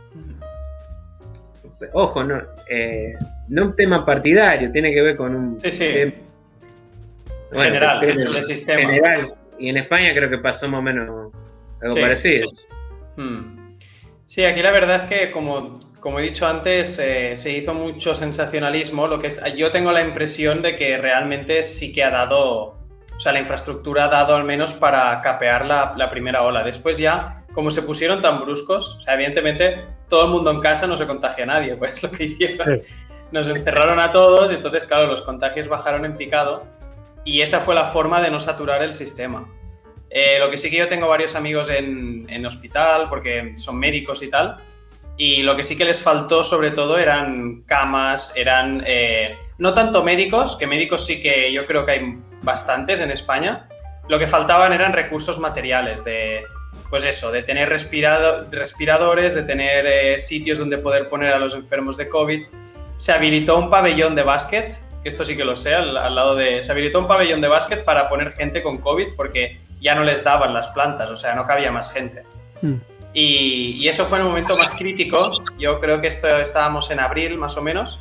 Ojo, no un tema partidario, tiene que ver con un... General, del sistema. General. Y en España creo que pasó más o menos algo parecido. Sí, aquí la verdad es que, como he dicho antes, se hizo mucho sensacionalismo. Yo tengo la impresión de que realmente sí que ha dado, o sea, la infraestructura ha dado al menos para capear la primera ola. Después ya, como se pusieron tan bruscos, o sea, evidentemente todo el mundo en casa no se contagia a nadie, pues lo que hicieron. Nos encerraron a todos y entonces, claro, los contagios bajaron en picado. Y esa fue la forma de no saturar el sistema. Lo que sí que yo tengo varios amigos en hospital, porque son médicos y tal, y lo que sí que les faltó sobre todo eran camas, eran no tanto médicos, que médicos sí que yo creo que hay bastantes en España. Lo que faltaban eran recursos materiales, de tener respiradores, de tener sitios donde poder poner a los enfermos de COVID. Se habilitó un pabellón de básquet, que esto sí que lo sé, se habilitó un pabellón de básquet para poner gente con COVID porque ya no les daban las plantas, o sea, no cabía más gente. Y eso fue en el momento más crítico. Yo creo que estábamos en abril, más o menos.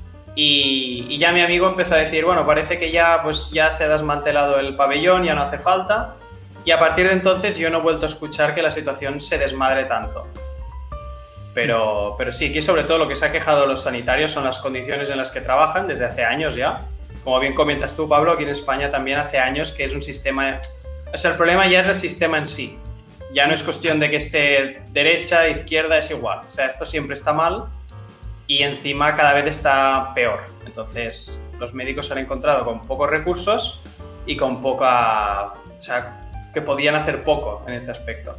Y ya mi amigo empezó a decir, bueno, parece que ya se ha desmantelado el pabellón, ya no hace falta. Y a partir de entonces yo no he vuelto a escuchar que la situación se desmadre tanto. Pero sí, aquí sobre todo lo que se ha quejado los sanitarios son las condiciones en las que trabajan desde hace años ya. Como bien comentas tú, Pablo, aquí en España también hace años que es un sistema... O sea, el problema ya es el sistema en sí. Ya no es cuestión de que esté derecha, izquierda, es igual. O sea, esto siempre está mal y encima cada vez está peor. Entonces, los médicos se han encontrado con pocos recursos y con poca... O sea, que podían hacer poco en este aspecto.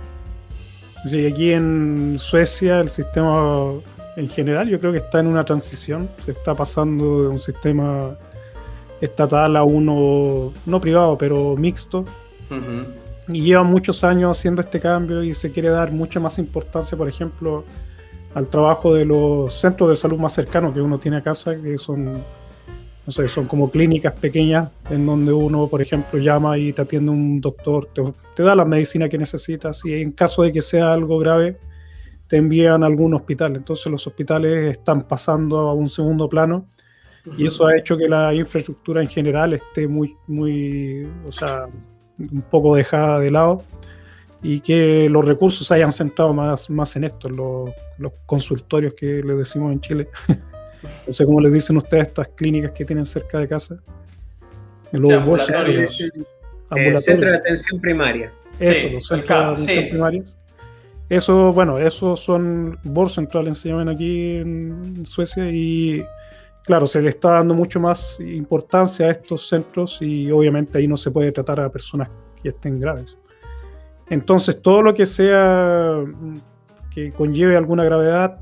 Sí, aquí en Suecia el sistema en general yo creo que está en una transición. Se está pasando de un sistema estatal a uno, no privado, pero mixto. Uh-huh. Y lleva muchos años haciendo este cambio y se quiere dar mucha más importancia, por ejemplo, al trabajo de los centros de salud más cercanos que uno tiene a casa, que son, no sé, son como clínicas pequeñas en donde uno, por ejemplo, llama y te atiende un doctor, te da la medicina que necesitas y en caso de que sea algo grave te envían a algún hospital. Entonces los hospitales están pasando a un segundo plano. Uh-huh. Y eso ha hecho que la infraestructura en general esté muy, o sea, un poco dejada de lado y que los recursos se hayan centrado más en esto, en los consultorios que les decimos en Chile. No sé cómo les dicen ustedes estas clínicas que tienen cerca de casa. Los ambulatorios. Centro de atención primaria. Eso, los centros de atención primarios. Eso, bueno, esos son vårdcentralen, se llaman aquí en Suecia, y claro, se le está dando mucho más importancia a estos centros y obviamente ahí no se puede tratar a personas que estén graves. Entonces, todo lo que sea que conlleve alguna gravedad,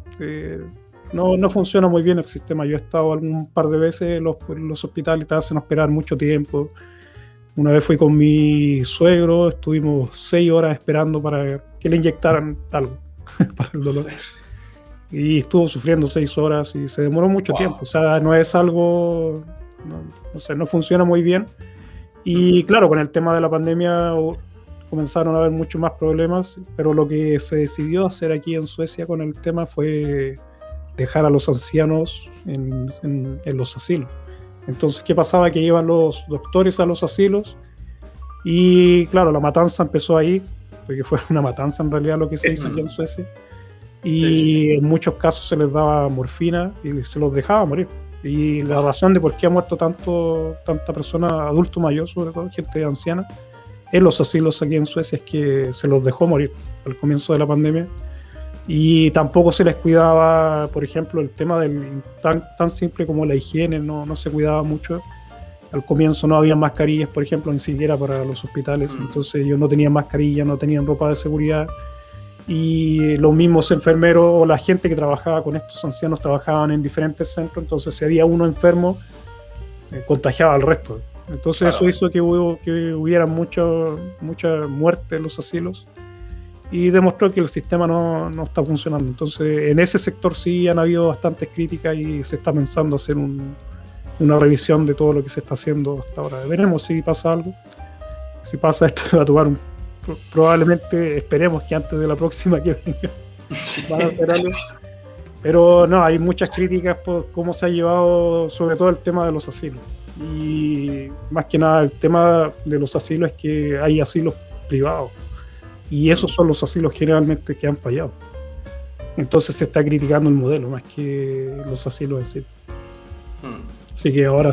no funciona muy bien el sistema. Yo he estado un par de veces en los hospitales y te hacen esperar mucho tiempo. Una vez fui con mi suegro, estuvimos 6 horas esperando para que le inyectaran algo para el dolor. Y estuvo sufriendo 6 horas y se demoró mucho tiempo. O sea, no es algo, no funciona muy bien. Y claro, con el tema de la pandemia comenzaron a haber muchos más problemas, pero lo que se decidió hacer aquí en Suecia con el tema fue dejar a los ancianos en los asilos. Entonces, ¿qué pasaba? Que iban los doctores a los asilos y claro, la matanza empezó ahí, porque fue una matanza en realidad lo que se hizo aquí en Suecia. Y en muchos casos se les daba morfina y se los dejaba morir. Y la razón de por qué ha muerto tanta persona, adulto mayor, sobre todo gente anciana, en los asilos aquí en Suecia es que se los dejó morir al comienzo de la pandemia. Y tampoco se les cuidaba, por ejemplo, el tema tan simple como la higiene, no se cuidaba mucho. Al comienzo no había mascarillas, por ejemplo, ni siquiera para los hospitales. Entonces ellos no tenían mascarilla, no tenían ropa de seguridad. Y los mismos enfermeros o la gente que trabajaba con estos ancianos trabajaban en diferentes centros. Entonces si había uno enfermo, contagiaba al resto. Entonces claro, eso hizo que hubiera mucha muerte en los asilos. Y demostró que el sistema no está funcionando. Entonces, en ese sector sí han habido bastantes críticas y se está pensando hacer una revisión de todo lo que se está haciendo hasta ahora. Veremos si pasa algo. Si pasa esto, va a tomar probablemente, esperemos que antes de la próxima que venga van a hacer algo. Pero no, hay muchas críticas por cómo se ha llevado, sobre todo el tema de los asilos. Y más que nada, el tema de los asilos es que hay asilos privados. Y esos son los asilos generalmente que han fallado. Entonces se está criticando el modelo más que los asilos en sí. Así que ahora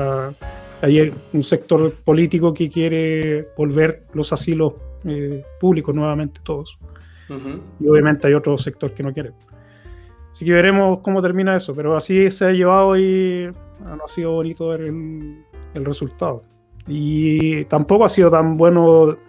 hay un sector político que quiere volver los asilos públicos nuevamente todos. Uh-huh. Y obviamente hay otro sector que no quiere. Así que veremos cómo termina eso. Pero así se ha llevado y no ha sido bonito ver el resultado. Y tampoco ha sido tan bueno.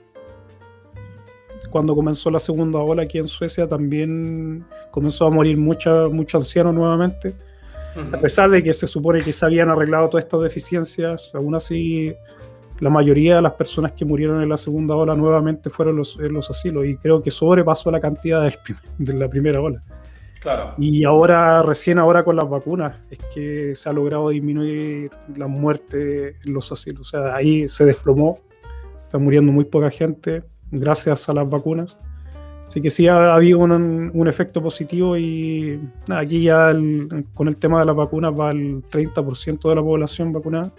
Cuando comenzó la segunda ola aquí en Suecia también comenzó a morir mucho anciano nuevamente. Uh-huh. A pesar de que se supone que se habían arreglado todas estas deficiencias, aún así la mayoría de las personas que murieron en la segunda ola nuevamente fueron en los asilos, y creo que sobrepasó la cantidad de la primera ola. Claro. Y recién ahora con las vacunas es que se ha logrado disminuir la muerte en los asilos. O sea, ahí se desplomó, está muriendo muy poca gente gracias a las vacunas, Así que sí ha habido un efecto positivo y nada, aquí ya con el tema de las vacunas va el 30% de la población vacunada.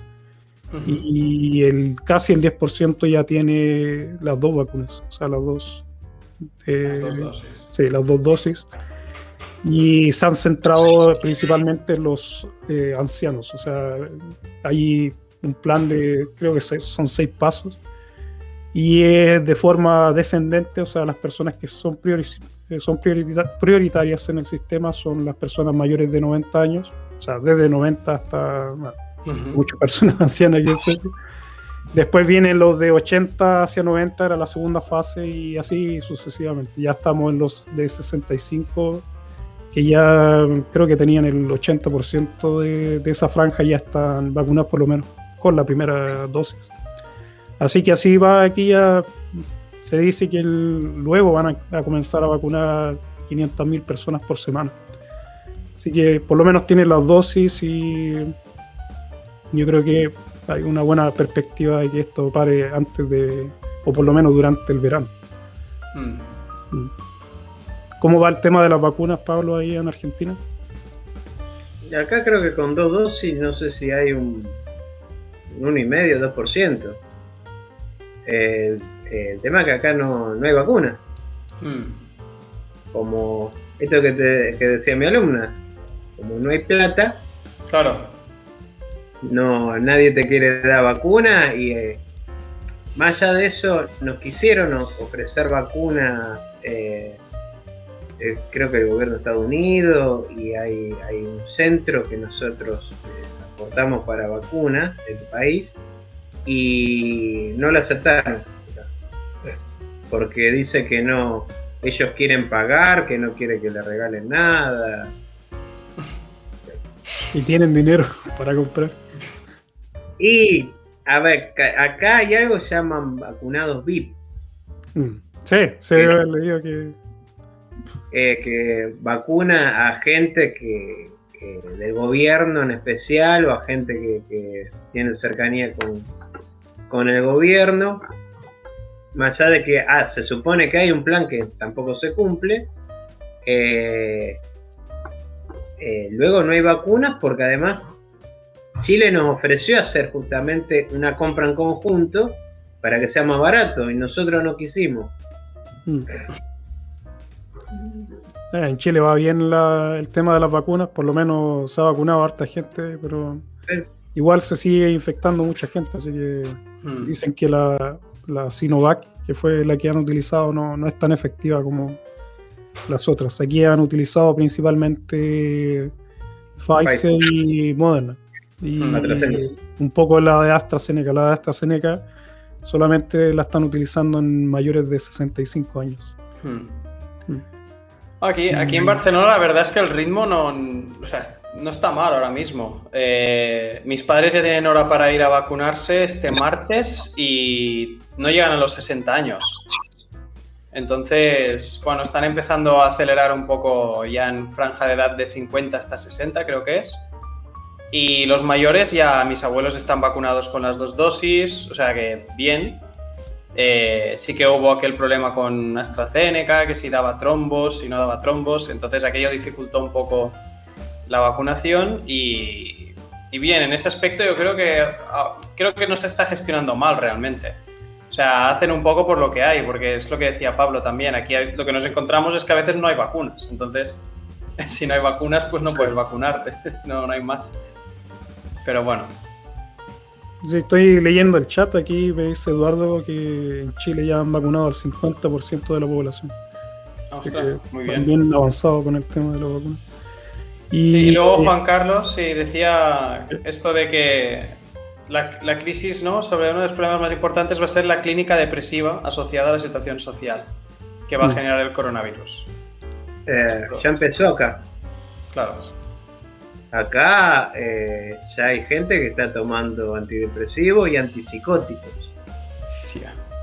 Y casi el 10% ya tiene las dos vacunas, o sea, las dos dosis. Sí, las dos dosis. Y se han centrado principalmente en los ancianos, o sea, hay un plan creo que son 6 pasos, y es de forma descendente, o sea, las personas que son prioritarias en el sistema son las personas mayores de 90 años, o sea, desde 90 hasta... muchas personas ancianas y eso. Después vienen los de 80 hacia 90, era la segunda fase, y así sucesivamente. Ya estamos en los de 65, que ya creo que tenían el 80% de esa franja, ya están vacunados por lo menos con la primera dosis. Así que así va. Aquí ya se dice que luego van a comenzar a vacunar 500.000 personas por semana. Así que por lo menos tienen las dosis, y yo creo que hay una buena perspectiva de que esto pare antes o por lo menos durante el verano. ¿Cómo va el tema de las vacunas, Pablo, ahí en Argentina? Acá creo que con 2 dosis, no sé si hay un 1,5%, 2%. El tema es que acá no hay vacunas. Como esto que decía mi alumna, como no hay plata, claro, nadie te quiere dar vacuna, y más allá de eso nos quisieron ofrecer vacunas, creo que el gobierno de Estados Unidos, y hay un centro que nosotros aportamos para vacunas del país, y no la aceptaron porque dice que no, ellos quieren pagar, que no quiere que le regalen nada. Y tienen dinero para comprar. Y, a ver, acá hay algo que llaman vacunados VIP. Sí, he leído que vacuna a gente que del gobierno en especial, o a gente que tiene cercanía con el gobierno. Más allá de que se supone que hay un plan que tampoco se cumple. Luego no hay vacunas porque además Chile nos ofreció hacer justamente una compra en conjunto para que sea más barato, y nosotros no quisimos. En Chile va bien el tema de las vacunas, por lo menos se ha vacunado a harta gente, pero igual se sigue infectando mucha gente, así que dicen que la Sinovac, que fue la que han utilizado, no es tan efectiva como las otras. Aquí han utilizado principalmente Pfizer y Moderna, y un poco la de AstraZeneca. La de AstraZeneca solamente la están utilizando en mayores de 65 años. Aquí en Barcelona la verdad es que el ritmo no está mal ahora mismo. Mis padres ya tienen hora para ir a vacunarse este martes y no llegan a los 60 años. Entonces, bueno, están empezando a acelerar un poco ya en franja de edad de 50 hasta 60, creo que es. Y los mayores, ya mis abuelos están vacunados con las 2 dosis, o sea que bien. Sí que hubo aquel problema con AstraZeneca, que si daba trombos, si no daba trombos, entonces aquello dificultó un poco la vacunación y bien, en ese aspecto yo creo que no se está gestionando mal realmente. O sea, hacen un poco por lo que hay, porque es lo que decía Pablo también, aquí lo que nos encontramos es que a veces no hay vacunas, entonces si no hay vacunas pues no puedes vacunarte, no hay más. Pero bueno. Sí, estoy leyendo el chat aquí, me dice Eduardo que en Chile ya han vacunado al 50% de la población. Ostras, muy bien. También avanzado con el tema de la vacuna. Y luego Juan Carlos decía esto de que la crisis, ¿no?, sobre uno de los problemas más importantes va a ser la clínica depresiva asociada a la situación social que va a generar el coronavirus. Ya empezó acá. Claro. Acá ya hay gente que está tomando antidepresivos y antipsicóticos. Sí.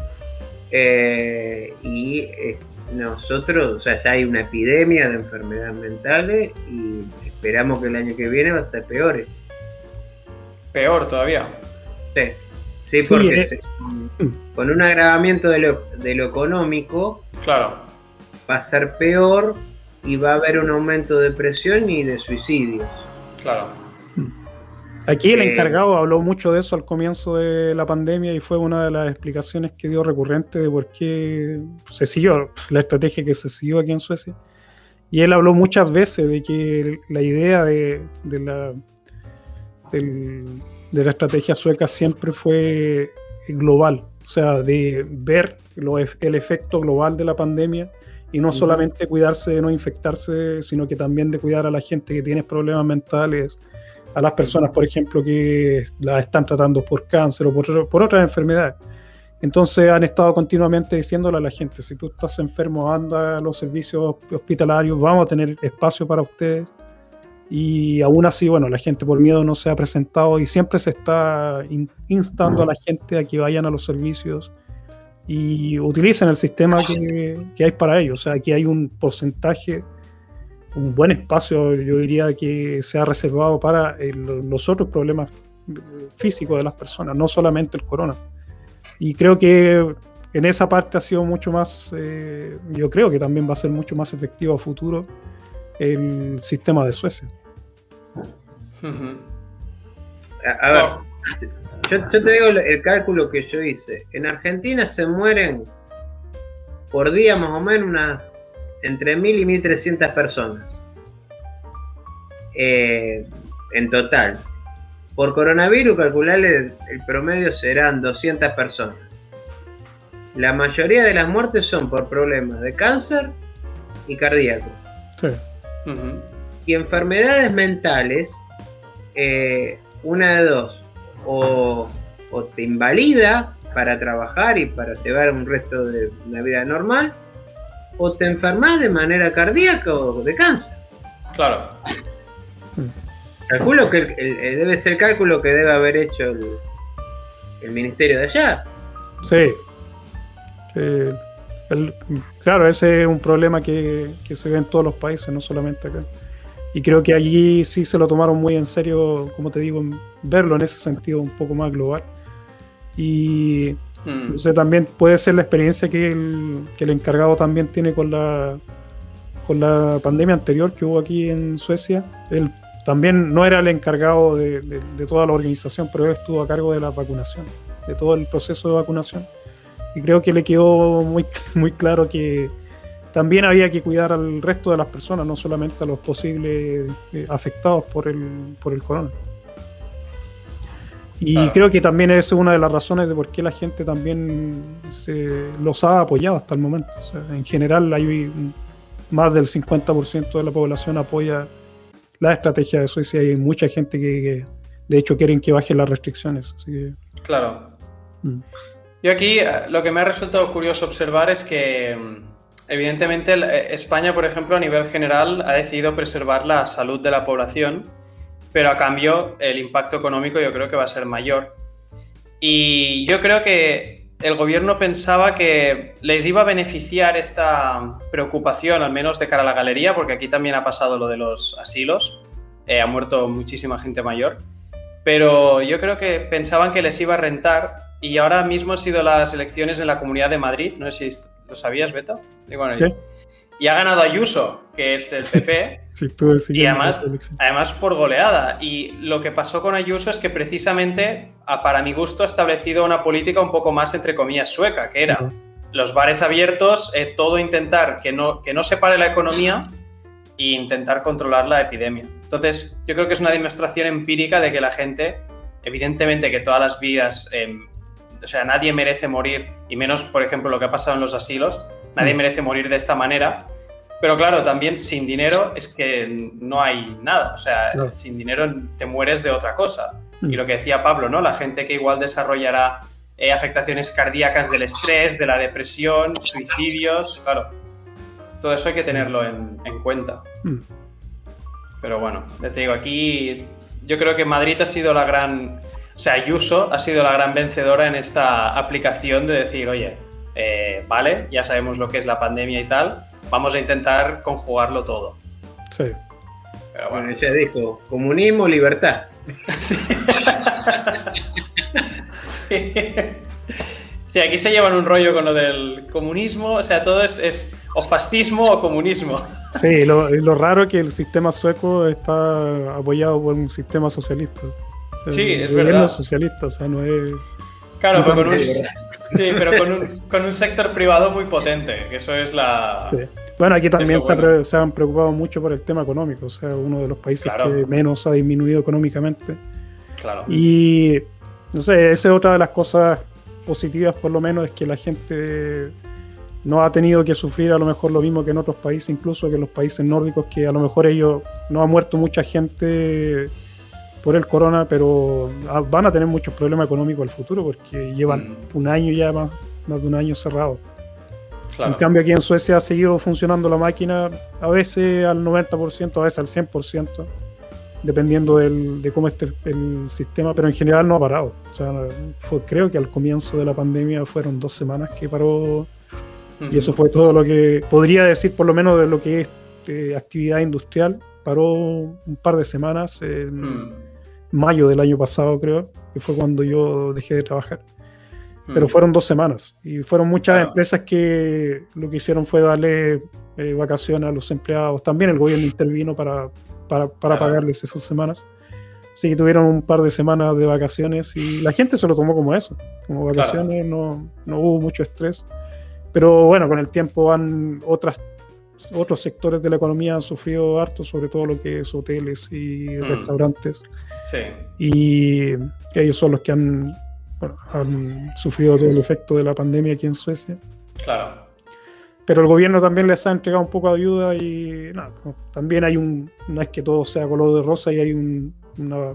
Y nosotros, o sea, ya hay una epidemia de enfermedades mentales y esperamos que el año que viene va a ser peor. ¿Peor todavía? Sí, porque con un agravamiento de lo económico, claro, va a ser peor y va a haber un aumento de presión y de suicidios. Claro. Aquí el encargado habló mucho de eso al comienzo de la pandemia y fue una de las explicaciones que dio recurrente de por qué se siguió la estrategia que se siguió aquí en Suecia. Y él habló muchas veces de que la idea de la estrategia sueca siempre fue global, o sea, de ver el efecto global de la pandemia y no solamente cuidarse de no infectarse, sino que también de cuidar a la gente que tiene problemas mentales, a las personas, por ejemplo, que las están tratando por cáncer o por otras enfermedades. Entonces han estado continuamente diciéndole a la gente, si tú estás enfermo, anda a los servicios hospitalarios, vamos a tener espacio para ustedes. Y aún así, bueno, la gente por miedo no se ha presentado y siempre se está instando a la gente a que vayan a los servicios y utilicen el sistema que hay para ellos. O sea, aquí hay un porcentaje, un buen espacio, yo diría, que se ha reservado para los otros problemas físicos de las personas, no solamente el corona. Y creo que en esa parte ha sido mucho más, yo creo que también va a ser mucho más efectivo a futuro el sistema de Suecia. A ver, yo te digo el cálculo que yo hice. En Argentina se mueren por día más o menos entre 1.000 y 1.300 personas en total. Por coronavirus, calcularle el promedio serán 200 personas. La mayoría de las muertes son por problemas de cáncer y cardíacos. Sí. Y enfermedades mentales, una de dos, o te invalida para trabajar y para llevar un resto de una vida normal, o te enfermas de manera cardíaca o de cáncer. Claro. Calculo que debe ser el cálculo que debe haber hecho el ministerio de allá. Sí. Claro, ese es un problema que se ve en todos los países, no solamente acá. Y creo que allí sí se lo tomaron muy en serio, como te digo, verlo en ese sentido un poco más global. Y entonces también puede ser la experiencia que el encargado también tiene con la pandemia anterior que hubo aquí en Suecia. Él también no era el encargado de toda la organización, pero él estuvo a cargo de la vacunación, de todo el proceso de vacunación. Y creo que le quedó muy, muy claro que también había que cuidar al resto de las personas, no solamente a los posibles afectados por el corona. Y creo que también es una de las razones de por qué la gente también los ha apoyado hasta el momento. O sea, en general hay más del 50% de la población apoya la estrategia de Suecia y hay mucha gente que de hecho quieren que bajen las restricciones. Así que, claro. Yo aquí lo que me ha resultado curioso observar es que evidentemente España, por ejemplo, a nivel general ha decidido preservar la salud de la población, pero a cambio el impacto económico yo creo que va a ser mayor. Y yo creo que el gobierno pensaba que les iba a beneficiar esta preocupación, al menos de cara a la galería, porque aquí también ha pasado lo de los asilos, ha muerto muchísima gente mayor, pero yo creo que pensaban que les iba a rentar. Y ahora mismo han sido las elecciones en la Comunidad de Madrid, no sé si lo sabías, Beto. Y, bueno, y ha ganado Ayuso, que es el PP, sí, y además por goleada. Y lo que pasó con Ayuso es que precisamente, para mi gusto, ha establecido una política un poco más, entre comillas, sueca, que era los bares abiertos, todo intentar que no se pare la economía e intentar controlar la epidemia. Entonces, yo creo que es una demostración empírica de que la gente, evidentemente que todas las vidas... o sea, nadie merece morir, y menos, por ejemplo, lo que ha pasado en los asilos, nadie merece morir de esta manera, pero claro, también sin dinero es que no hay nada, o sea, sin dinero te mueres de otra cosa. Y lo que decía Pablo, ¿no? La gente que igual desarrollará afectaciones cardíacas del estrés, de la depresión, suicidios, claro, todo eso hay que tenerlo en cuenta. Pero bueno, ya te digo, aquí yo creo que Madrid ha sido la gran... O sea, Ayuso ha sido la gran vencedora en esta aplicación de decir, oye, vale, ya sabemos lo que es la pandemia y tal, vamos a intentar conjugarlo todo. Sí. Pero bueno, ella dijo, comunismo, libertad. Sí. Sí, Sí, aquí se llevan un rollo con lo del comunismo, o sea, todo es o fascismo o comunismo. Sí, lo raro es que el sistema sueco está apoyado por un sistema socialista. O sea, Sí, el es gobierno verdad. socialista, o sea, no es... Claro, no pero es- sí, pero con un sector privado muy potente, que eso es la... sí. Bueno, aquí también Es lo bueno. se han preocupado mucho por el tema económico, o sea, uno de los países Claro. que menos ha disminuido económicamente. Claro. Y, no sé, esa es otra de las cosas positivas, por lo menos, es que la gente no ha tenido que sufrir a lo mejor lo mismo que en otros países, incluso que en los países nórdicos, que a lo mejor ellos no ha muerto mucha gente por el corona, pero van a tener muchos problemas económicos al futuro porque llevan un año ya, más de un año cerrado. Claro. En cambio aquí en Suecia ha seguido funcionando la máquina a veces al 90%, a veces al 100%, dependiendo de cómo esté el sistema, pero en general no ha parado. O sea, creo que al comienzo de la pandemia fueron 2 semanas que paró, y eso fue todo lo que podría decir, por lo menos de lo que es actividad industrial. Paró un par de semanas, en mayo del año pasado creo, que fue cuando yo dejé de trabajar. Pero fueron 2 semanas y fueron muchas empresas que lo que hicieron fue darle vacaciones a los empleados. También el gobierno intervino para pagarles esas semanas. Así que tuvieron un par de semanas de vacaciones y la gente se lo tomó como eso, como vacaciones. No hubo mucho estrés. Pero bueno, con el tiempo otros sectores de la economía han sufrido harto, sobre todo lo que es hoteles y restaurantes. Sí. Y ellos son los que han sufrido todo el efecto de la pandemia aquí en Suecia. Claro. Pero el gobierno también les ha entregado un poco de ayuda y también hay no es que todo sea color de rosa, y hay una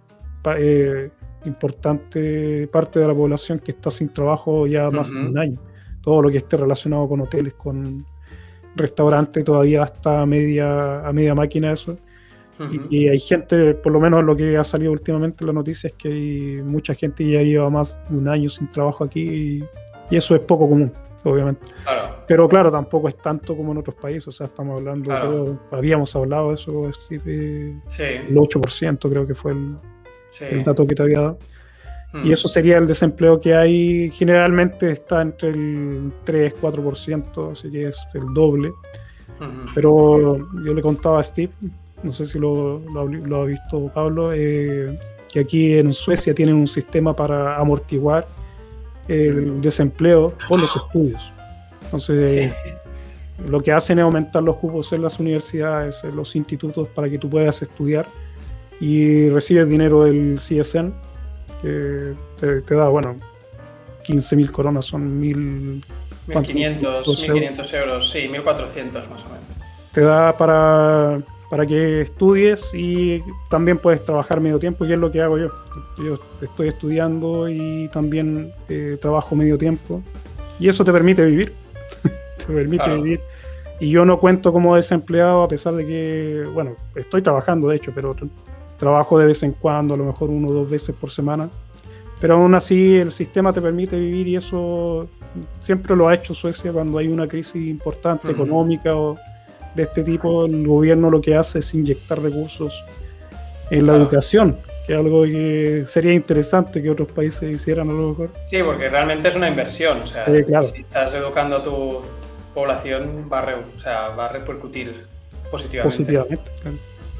importante parte de la población que está sin trabajo ya más de un año. Todo lo que esté relacionado con hoteles, con restaurantes, todavía está a media máquina eso. Y hay gente, por lo menos lo que ha salido últimamente en la noticia, es que hay mucha gente que ya lleva más de un año sin trabajo aquí, y eso es poco común, obviamente. Claro. Pero claro, tampoco es tanto como en otros países, o sea, estamos hablando, habíamos hablado de eso, el 8% creo que fue el dato que te había dado. Y eso sería el desempleo que hay, generalmente está entre el 3-4%, así que es el doble. Pero yo le contaba a Steve, no sé si lo ha visto Pablo, que aquí en Suecia tienen un sistema para amortiguar el desempleo por los estudios. Entonces, lo que hacen es aumentar los cupos en las universidades, en los institutos, para que tú puedas estudiar, y recibes dinero del CSN, que te da, 15.000 coronas, son 1.500 euros, sí, 1.400 más o menos. Te da para que estudies, y también puedes trabajar medio tiempo, que es lo que hago yo. Yo estoy estudiando y también trabajo medio tiempo, y eso te permite vivir. Te permite vivir. Y yo no cuento como desempleado, a pesar de que, estoy trabajando de hecho, pero trabajo de vez en cuando, a lo mejor 1 o 2 veces por semana. Pero aún así el sistema te permite vivir, y eso siempre lo ha hecho Suecia cuando hay una crisis importante económica o de este tipo. El gobierno lo que hace es inyectar recursos en la educación, que es algo que sería interesante que otros países hicieran a lo mejor. Sí, porque realmente es una inversión, o sea, sí, claro. Si estás educando a tu población va a repercutir positivamente. Claro.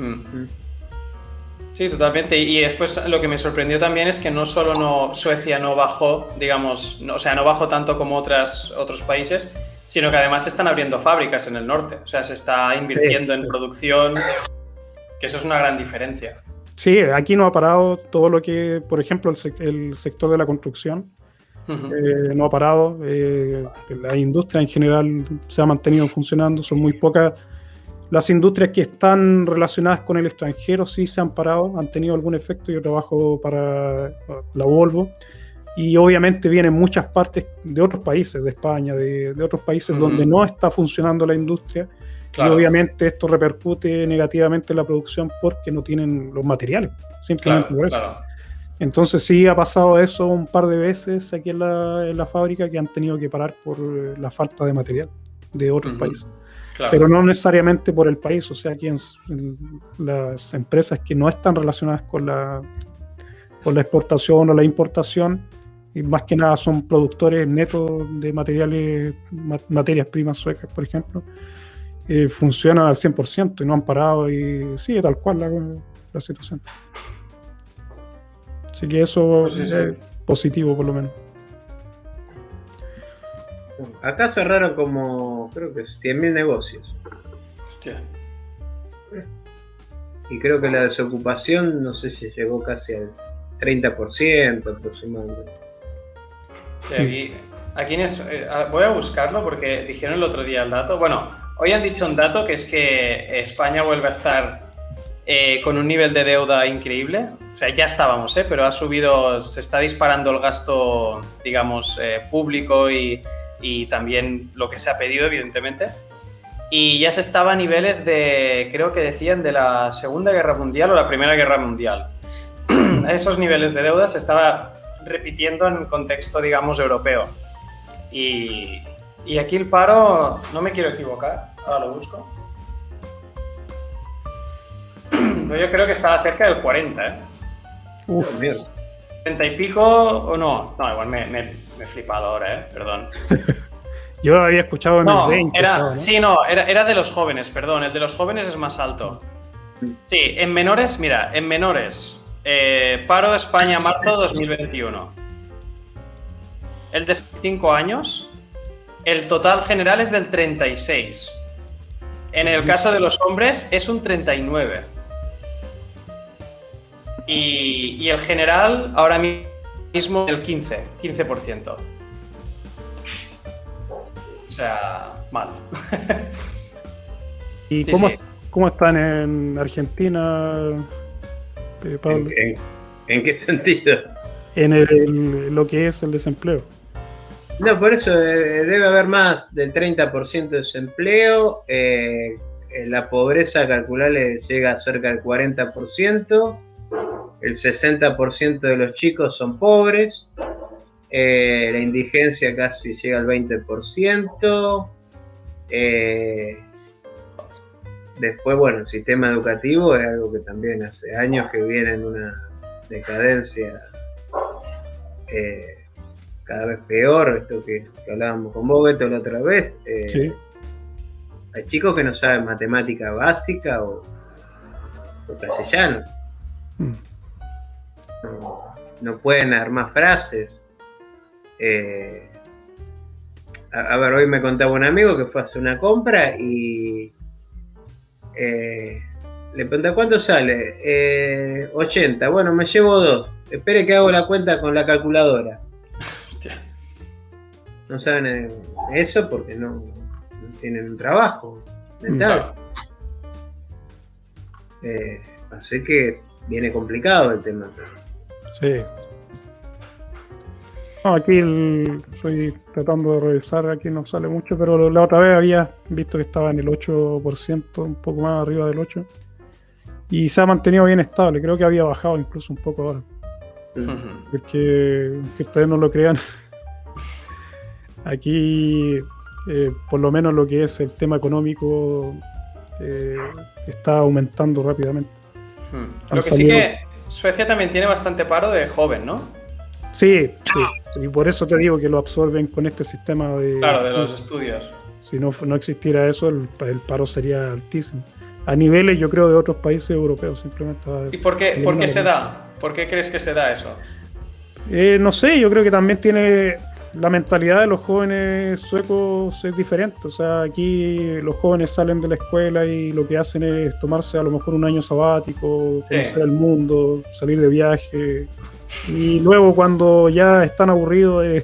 Sí, totalmente. Y después lo que me sorprendió también es que no solo Suecia no bajó, digamos, no bajó tanto como otros países, sino que además se están abriendo fábricas en el norte. O sea, se está invirtiendo en producción, que eso es una gran diferencia. Sí, aquí no ha parado todo lo que, por ejemplo, el sector de la construcción no ha parado. La industria en general se ha mantenido funcionando, son muy pocas. Las industrias que están relacionadas con el extranjero sí se han parado, han tenido algún efecto. Yo trabajo para la Volvo, y obviamente vienen muchas partes de otros países, de España, de otros países donde no está funcionando la industria. Claro. Y obviamente esto repercute negativamente en la producción porque no tienen los materiales, simplemente por eso. Claro. Entonces sí ha pasado eso un par de veces aquí en la fábrica, que han tenido que parar por la falta de material de otros países. Claro. Pero no necesariamente por el país, o sea, aquí en las empresas que no están relacionadas con la exportación o la importación, y más que nada son productores netos de materias primas suecas, por ejemplo, funcionan al 100% y no han parado y sigue tal cual la situación. Así que eso Pues sí, es sí. positivo por lo menos. Acá cerraron como, creo que 100.000 negocios. Hostia. Y creo que la desocupación, no sé si llegó casi al 30% aproximadamente. Sí, aquí voy a buscarlo porque dijeron el otro día el dato. Bueno, hoy han dicho un dato que es que España vuelve a estar con un nivel de deuda increíble. O sea, ya estábamos, pero ha subido, se está disparando el gasto, digamos, público y también lo que se ha pedido, evidentemente. Y ya se estaba a niveles de, creo que decían, de la Segunda Guerra Mundial o la Primera Guerra Mundial. Esos niveles de deuda se estaba repitiendo en contexto, digamos, europeo. Y aquí el paro, no me quiero equivocar, ahora lo busco. Yo creo que estaba cerca del 40, ¿eh? Uf, Mierda. 30 y pico o no. No, igual me he flipado ahora, perdón. yo había escuchado en No, el 20. ¿no? sí, no, era de los jóvenes, perdón. El de los jóvenes es más alto. Sí, en menores, mira, en menores. Paro España marzo 2021. El de 5 años, el total general es del 36. En el caso de los hombres es un 39. Y el general ahora mismo el 15%. O sea, mal. ¿Y Sí, cómo, sí. cómo están en Argentina, Pablo? ¿En qué sentido? En lo que es el desempleo. No, por eso debe haber más del 30% de desempleo. La pobreza, calcularle, llega a cerca del 40%. El 60% de los chicos son pobres. La indigencia casi llega al 20%. Después, bueno, el sistema educativo es algo que también hace años que viene en una decadencia cada vez peor. Esto que hablábamos con vos, Beto, la otra vez. Sí. Hay chicos que no saben matemática básica o castellano. Mm. No pueden armar frases. A ver, hoy me contaba un amigo que fue a hacer una compra y le pregunté ¿cuánto sale? 80. Bueno, me llevo 2. Espere que hago la cuenta con la calculadora. Hostia. No saben eso porque no tienen un trabajo mental. Así que viene complicado el tema. Sí. No, aquí estoy tratando de revisar, aquí no sale mucho, pero la otra vez había visto que estaba en el 8%, un poco más arriba del 8%, y se ha mantenido bien estable, creo que había bajado incluso un poco ahora, porque que ustedes no lo crean, aquí por lo menos lo que es el tema económico está aumentando rápidamente. Lo que sí que Suecia también tiene bastante paro de joven, ¿no? Sí, y por eso te digo que lo absorben con este sistema de... Claro, de los estudios. Si no existiera eso, el paro sería altísimo. A niveles, yo creo, de otros países europeos, simplemente. ¿Y por qué se da? ¿Por qué crees que se da eso? No sé, yo creo que también tiene... La mentalidad de los jóvenes suecos es diferente. O sea, aquí los jóvenes salen de la escuela y lo que hacen es tomarse a lo mejor un año sabático, conocer el mundo, salir de viaje. Y luego cuando ya están aburridos de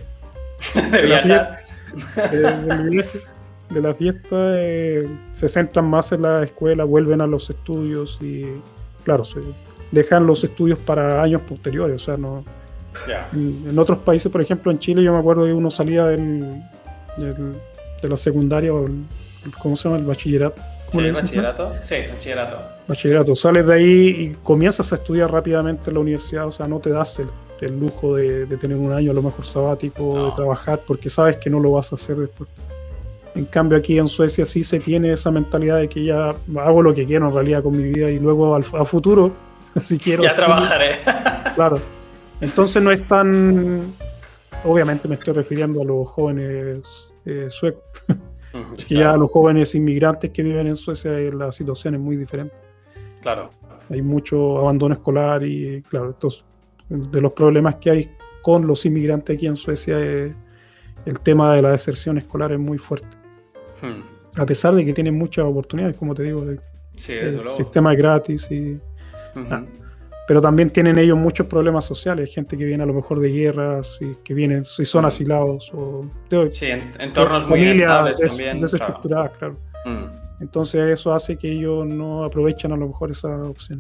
la fiesta, se centran más en la escuela, vuelven a los estudios y claro, se dejan los estudios para años posteriores. O sea, no. Yeah. En otros países, por ejemplo en Chile, yo me acuerdo que uno salía de la secundaria o ¿cómo se llama? El bachillerato. Sí, el bachillerato. Sí, bachillerato. Bachillerato. Sales de ahí y comienzas a estudiar rápidamente en la universidad. O sea, no te das el lujo de tener un año a lo mejor sabático, de trabajar, porque sabes que no lo vas a hacer después. En cambio aquí en Suecia sí se tiene esa mentalidad de que ya hago lo que quiero en realidad con mi vida y luego a futuro, si quiero... Ya trabajaré. Claro. Entonces no es tan obviamente me estoy refiriendo a los jóvenes suecos. Que claro. ya los jóvenes inmigrantes que viven en Suecia, la situación es muy diferente. Claro. Hay mucho abandono escolar y, claro, estos, de los problemas que hay con los inmigrantes aquí en Suecia, el tema de la deserción escolar es muy fuerte. A pesar de que tienen muchas oportunidades, como te digo, Sí, el desde luego. sistema es gratis, pero también tienen ellos muchos problemas sociales, gente que viene a lo mejor de guerras y que vienen y son asilados o sí, entornos muy inestables también. Desestructuradas, claro. Entonces eso hace que ellos no aprovechan a lo mejor esa opción.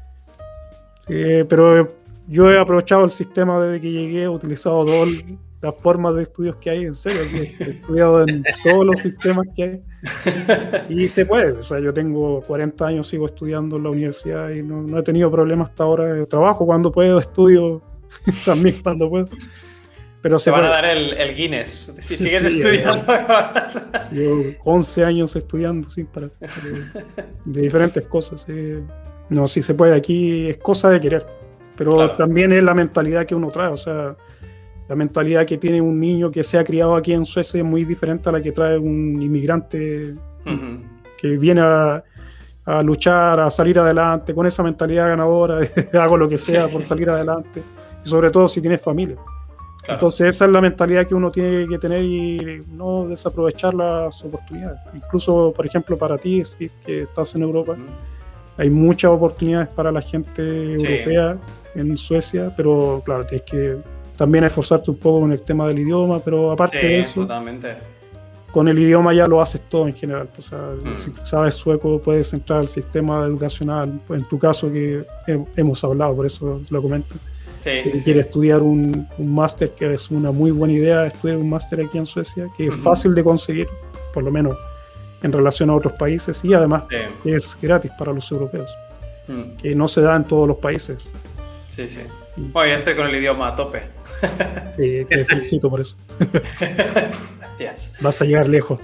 Pero yo he aprovechado el sistema desde que llegué, he utilizado todas las formas de estudios que hay, en serio, he estudiado en todos los sistemas que hay y se puede. O sea, yo tengo 40 años, sigo estudiando en la universidad y no he tenido problemas hasta ahora. Trabajo cuando puedo, estudio también cuando puedo. Pero se van a dar el Guinness si sigues estudiando. Yo 11 años estudiando sin parar, de diferentes cosas. No, si se puede, aquí es cosa de querer, pero claro, también es la mentalidad que uno trae. O sea, la mentalidad que tiene un niño que se ha criado aquí en Suecia es muy diferente a la que trae un inmigrante que viene a luchar, a salir adelante con esa mentalidad ganadora, hago lo que sea por salir adelante, y sobre todo si tienes familia. Claro. Entonces esa es la mentalidad que uno tiene que tener y no desaprovechar las oportunidades. Incluso, por ejemplo, para ti, Steve, que estás en Europa, hay muchas oportunidades para la gente europea en Suecia, pero claro, tienes que también esforzarte un poco con el tema del idioma, pero aparte de eso, totalmente. Con el idioma ya lo haces todo en general. O sea, si sabes sueco, puedes entrar al sistema educacional. En tu caso, que hemos hablado, por eso lo comento. Si quieres estudiar un máster, que es una muy buena idea, estudiar un máster aquí en Suecia, que es fácil de conseguir, por lo menos en relación a otros países, y además es gratis para los europeos, que no se da en todos los países. Sí. Bueno, ya estoy con el idioma a tope. Te felicito por eso. Gracias. Vas a llegar lejos.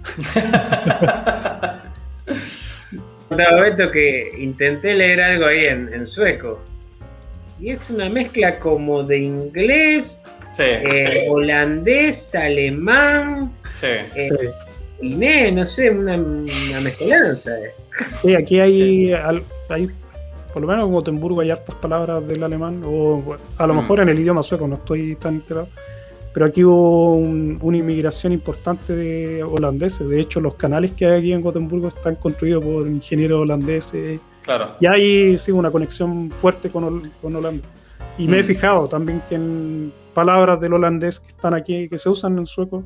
Un momento que intenté leer algo ahí en sueco. Y es una mezcla como de inglés, holandés, alemán, inés, no sé, una mezcolanza. Sí, aquí hay, por lo menos en Gotemburgo hay hartas palabras del alemán, o a lo mejor en el idioma sueco, no estoy tan enterado, pero aquí hubo una inmigración importante de holandeses. De hecho, los canales que hay aquí en Gotemburgo están construidos por ingenieros holandeses. Claro. Y hay una conexión fuerte con Holanda. Y me he fijado también que en palabras del holandés que están aquí, que se usan en sueco,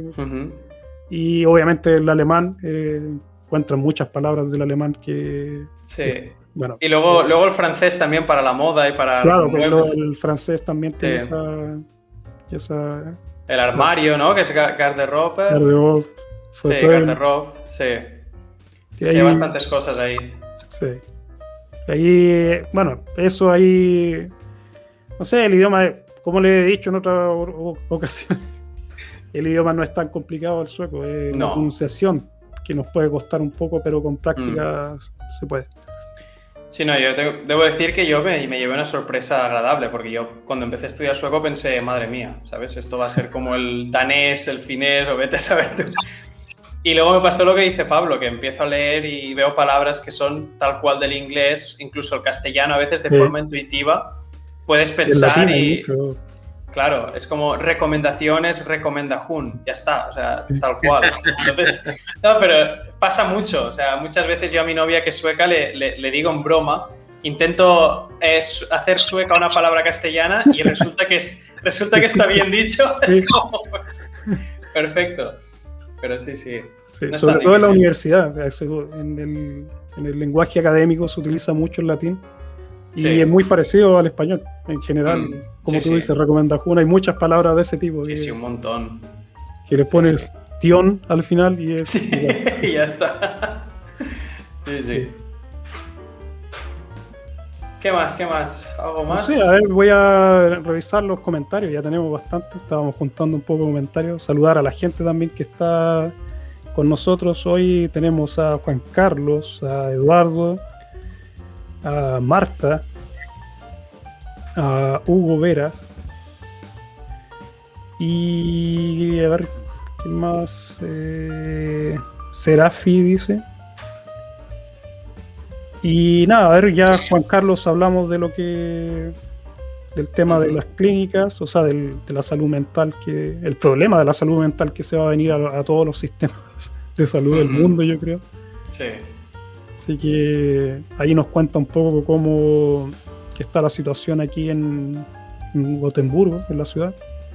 y obviamente el alemán, encuentran muchas palabras del alemán que... Bueno, y luego el francés también para la moda y para... Claro, pero el francés también tiene esa... El armario, ¿no? Que es garderobe. Garderobe, hay bastantes cosas ahí. Sí. Ahí, bueno, eso ahí, no sé, el idioma, como le he dicho en otra ocasión, el idioma no es tan complicado el sueco, es una pronunciación que nos puede costar un poco, pero con práctica se puede. Sí, no, yo debo decir que yo me llevé una sorpresa agradable, porque yo cuando empecé a estudiar sueco pensé, madre mía, ¿sabes? Esto va a ser como el danés, el finés, o vete a saber tú. Y luego me pasó lo que dice Pablo, que empiezo a leer y veo palabras que son tal cual del inglés, incluso el castellano a veces de forma intuitiva. Puedes pensar y... Claro, es como recomendaciones, recomendajun, ya está, o sea, tal cual. Entonces, no, pero pasa mucho, o sea, muchas veces yo a mi novia que es sueca le digo en broma, intento hacer sueca una palabra castellana y resulta que está bien dicho. Es como, pues, perfecto. Pero sí. No sobre todo en la universidad, en el lenguaje académico se utiliza mucho el latín y es muy parecido al español en general. Como tú dices, recomendación, hay muchas palabras de ese tipo. Sí, un montón. Que le pones tion al final y es... y ya está. Sí. ¿Qué más? ¿Algo más? Sí, a ver, voy a revisar los comentarios, ya tenemos bastante, estábamos juntando un poco de comentarios, saludar a la gente también que está con nosotros hoy. Tenemos a Juan Carlos, a Eduardo, a Marta, a Hugo Veras, Y a ver, ¿qué más? Serafi dice. Y nada, a ver, ya Juan Carlos hablamos de lo que... del tema de las clínicas, o sea, de la salud mental, el problema de la salud mental que se va a venir a todos los sistemas de salud del mundo, yo creo. Sí. Así que ahí nos cuenta un poco cómo está la situación aquí en Gotemburgo, en la ciudad.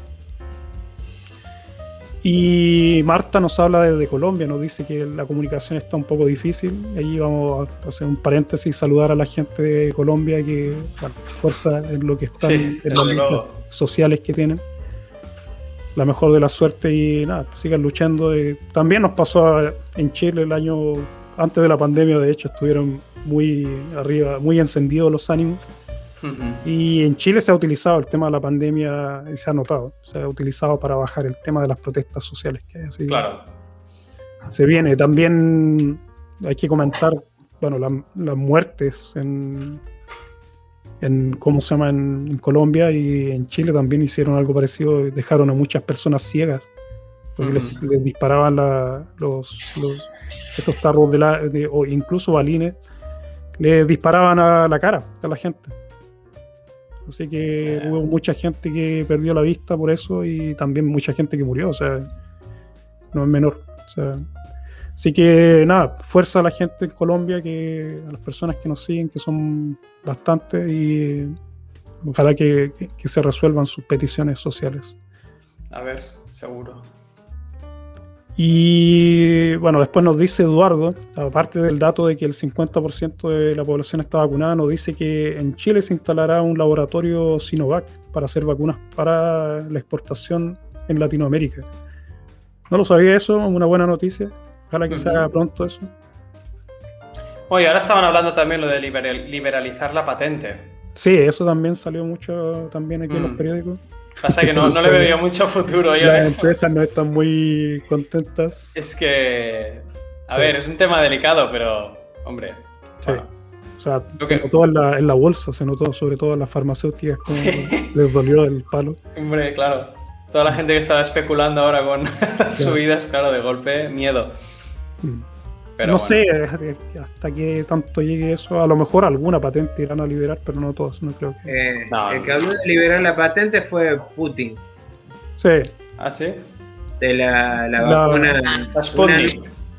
Y Marta nos habla desde Colombia, nos dice que la comunicación está un poco difícil. Ahí vamos a hacer un paréntesis, saludar a la gente de Colombia que, bueno, fuerza en lo que están, en las luchas sociales que tienen. La mejor de la suerte y nada, sigan luchando. También nos pasó en Chile el año antes de la pandemia, de hecho, estuvieron muy arriba, muy encendidos los ánimos. Y en Chile se ha utilizado el tema de la pandemia y se ha notado, se ha utilizado para bajar el tema de las protestas sociales que hay. Así claro. Se viene. También hay que comentar, bueno, las muertes en ¿cómo se llama? En Colombia y en Chile también hicieron algo parecido, dejaron a muchas personas ciegas porque les disparaban estos tarros o incluso balines, les disparaban a la cara a la gente. Así que hubo mucha gente que perdió la vista por eso y también mucha gente que murió, o sea, no es menor. O sea, así que nada, fuerza a la gente en Colombia, a las personas que nos siguen, que son bastantes, y ojalá que se resuelvan sus peticiones sociales. A ver, seguro. Y bueno, después nos dice Eduardo, aparte del dato de que el 50% de la población está vacunada, nos dice que en Chile se instalará un laboratorio Sinovac para hacer vacunas para la exportación en Latinoamérica. No lo sabía eso, una buena noticia. Ojalá que se haga pronto eso. Oye, ahora estaban hablando también lo de liberalizar la patente. Sí, eso también salió mucho también aquí en los periódicos. Pasa que no le veo mucho futuro yo. Las empresas no están muy contentas. Es que, a ver, es un tema delicado, pero, hombre. Sí. Bueno. O sea, se notó en la bolsa, se notó sobre todo en las farmacéuticas, como les dolió el palo. Hombre, claro. Toda la gente que estaba especulando ahora con las subidas, claro, de golpe, miedo. Pero no bueno. sé hasta qué tanto llegue eso. A lo mejor alguna patente irán a liberar, pero no todos, no creo que... El que habló de liberar la patente fue Putin. Sí. ¿Ah, sí? De la vacuna... La Sputnik.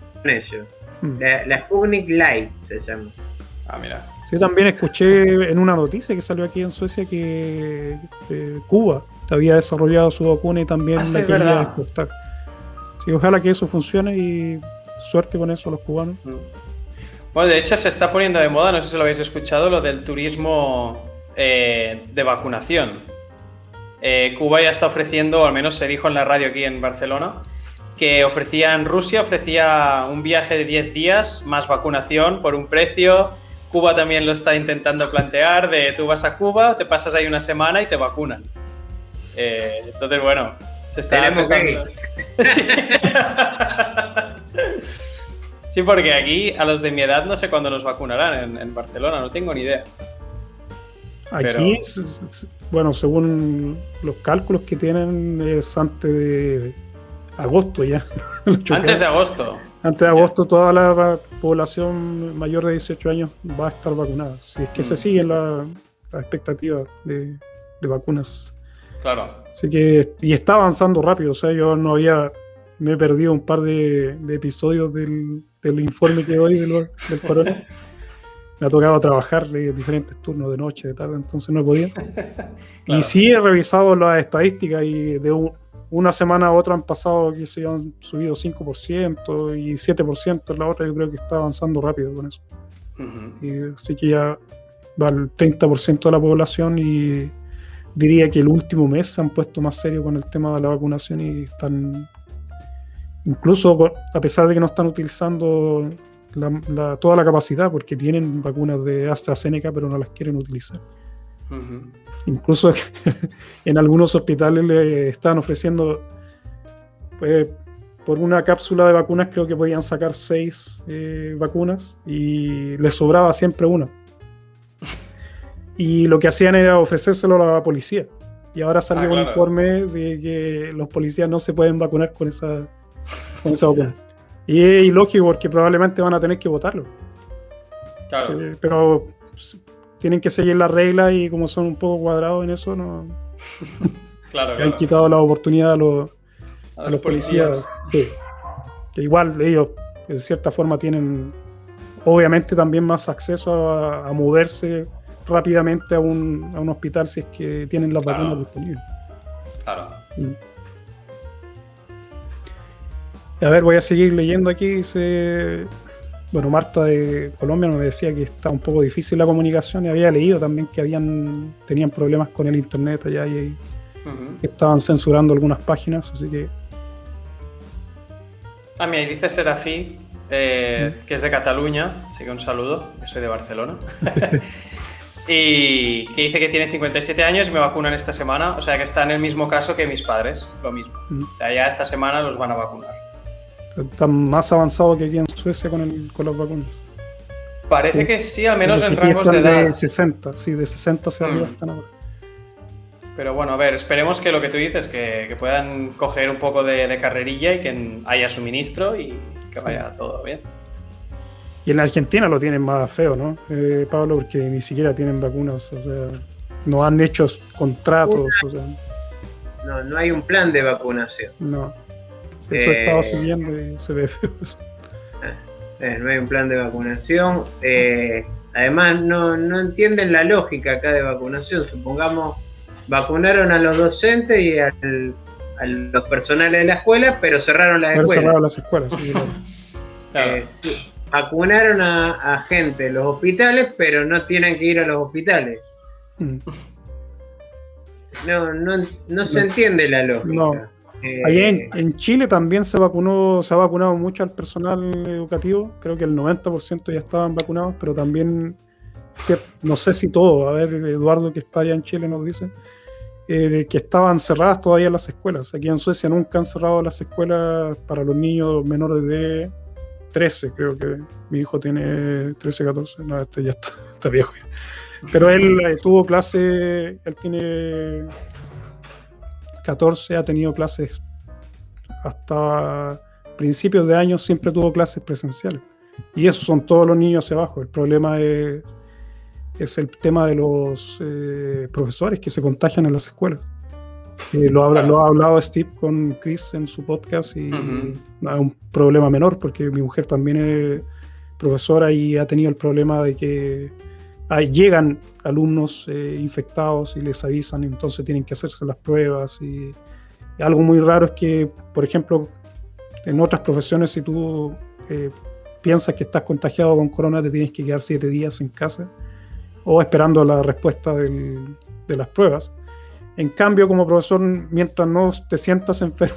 La Sputnik Light se llama. Ah, mira. Sí, también escuché en una noticia que salió aquí en Suecia que Cuba había desarrollado su vacuna y también la quería exportar. Sí, ojalá que eso funcione y... suerte con eso los cubanos. Bueno, de hecho se está poniendo de moda, no sé si lo habéis escuchado, lo del turismo de vacunación. Cuba ya está ofreciendo, o al menos se dijo en la radio aquí en Barcelona, que Rusia ofrecía un viaje de 10 días más vacunación por un precio. Cuba también lo está intentando plantear, tú vas a Cuba, te pasas ahí una semana y te vacunan. Entonces, bueno, se está empezando. Sí. Sí, porque aquí a los de mi edad no sé cuándo nos vacunarán en Barcelona, no tengo ni idea. Aquí, bueno, según los cálculos que tienen, es antes de agosto ya. Antes de agosto. Antes de agosto toda la población mayor de 18 años va a estar vacunada. Si es que se sigue la expectativa de vacunas. Claro. Así que, y está avanzando rápido, o sea, me he perdido un par de episodios del informe que doy del corona. Me ha tocado trabajar diferentes turnos de noche, de tarde, entonces no he podido. Claro. Y sí he revisado las estadísticas y de una semana a otra han pasado que se han subido 5% y 7% en la otra. Yo creo que está avanzando rápido con eso. Y así que ya va el 30% de la población y diría que el último mes se han puesto más serios con el tema de la vacunación y están, incluso a pesar de que no están utilizando toda la capacidad, porque tienen vacunas de AstraZeneca, pero no las quieren utilizar. Incluso en algunos hospitales le están ofreciendo, pues, por una cápsula de vacunas creo que podían sacar 6 vacunas y les sobraba siempre una. Y lo que hacían era ofrecérselo a la policía. Y ahora salió un claro. informe de que los policías no se pueden vacunar con esa vacuna. Y es ilógico porque probablemente van a tener que votarlo. Claro. Sí, pero tienen que seguir las reglas y como son un poco cuadrados en eso, no Claro. han quitado la oportunidad a los policías. Sí. Que igual ellos, de cierta forma, tienen obviamente también más acceso a moverse rápidamente a un hospital si es que tienen las vacunas disponibles. Claro. A ver, voy a seguir leyendo aquí. Dice, bueno, Marta de Colombia nos decía que está un poco difícil la comunicación y había leído también que tenían problemas con el internet allá y que estaban censurando algunas páginas, así que... Mira, y dice Serafí, que es de Cataluña, así que un saludo, yo soy de Barcelona. Y que dice que tiene 57 años y me vacunan esta semana, o sea que está en el mismo caso que mis padres, lo mismo. O sea, ya esta semana los van a vacunar. Está más avanzado que aquí en Suecia con las vacunas. Parece que sí, al menos en aquí rangos de están edad. De 60, sí, de 60 hacia arriba están ahora. Pero bueno, a ver, esperemos que lo que tú dices, que puedan coger un poco de carrerilla y que haya suministro y que vaya todo bien. Y en Argentina lo tienen más feo, ¿no, Pablo? Porque ni siquiera tienen vacunas, o sea, no han hecho contratos. O sea, no hay un plan de vacunación. No. Eso he estado siguiendo y se ve feo eso. No hay un plan de vacunación. Además, no entienden la lógica acá de vacunación. Supongamos, vacunaron a los docentes y a los personales de la escuela, pero cerraron las escuelas. Cerraron las escuelas, sí, claro. Sí. Vacunaron a gente en los hospitales, pero no tienen que ir a los hospitales. No se entiende la lógica. No. Allí en Chile también se ha vacunado mucho al personal educativo, creo que el 90% ya estaban vacunados, pero también, no sé si todo, a ver, Eduardo que está allá en Chile nos dice, que estaban cerradas todavía las escuelas. Aquí en Suecia nunca han cerrado las escuelas para los niños menores de 13, creo que mi hijo tiene 13, 14, no, este ya está viejo ya. Pero él tuvo clase, él tiene 14, ha tenido clases hasta principios de año, siempre tuvo clases presenciales. Y esos son todos los niños hacia abajo. El problema es el tema de los profesores que se contagian en las escuelas. Lo ha hablado Steve con Chris en su podcast y no es un problema menor porque mi mujer también es profesora y ha tenido el problema de que llegan alumnos infectados y les avisan y entonces tienen que hacerse las pruebas y algo muy raro es que, por ejemplo, en otras profesiones si tú piensas que estás contagiado con corona te tienes que quedar 7 días en casa o esperando la respuesta de las pruebas. En cambio, como profesor, mientras no te sientas enfermo,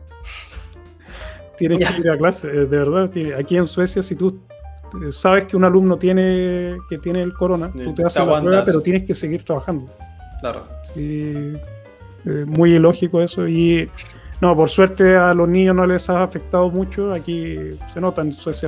tienes que ir a clase. De verdad, aquí en Suecia, si tú sabes que un alumno tiene el corona, tú te haces la prueba, pero tienes que seguir trabajando. Claro. Sí, muy ilógico eso. Y no, por suerte a los niños no les ha afectado mucho. Aquí se nota en Suecia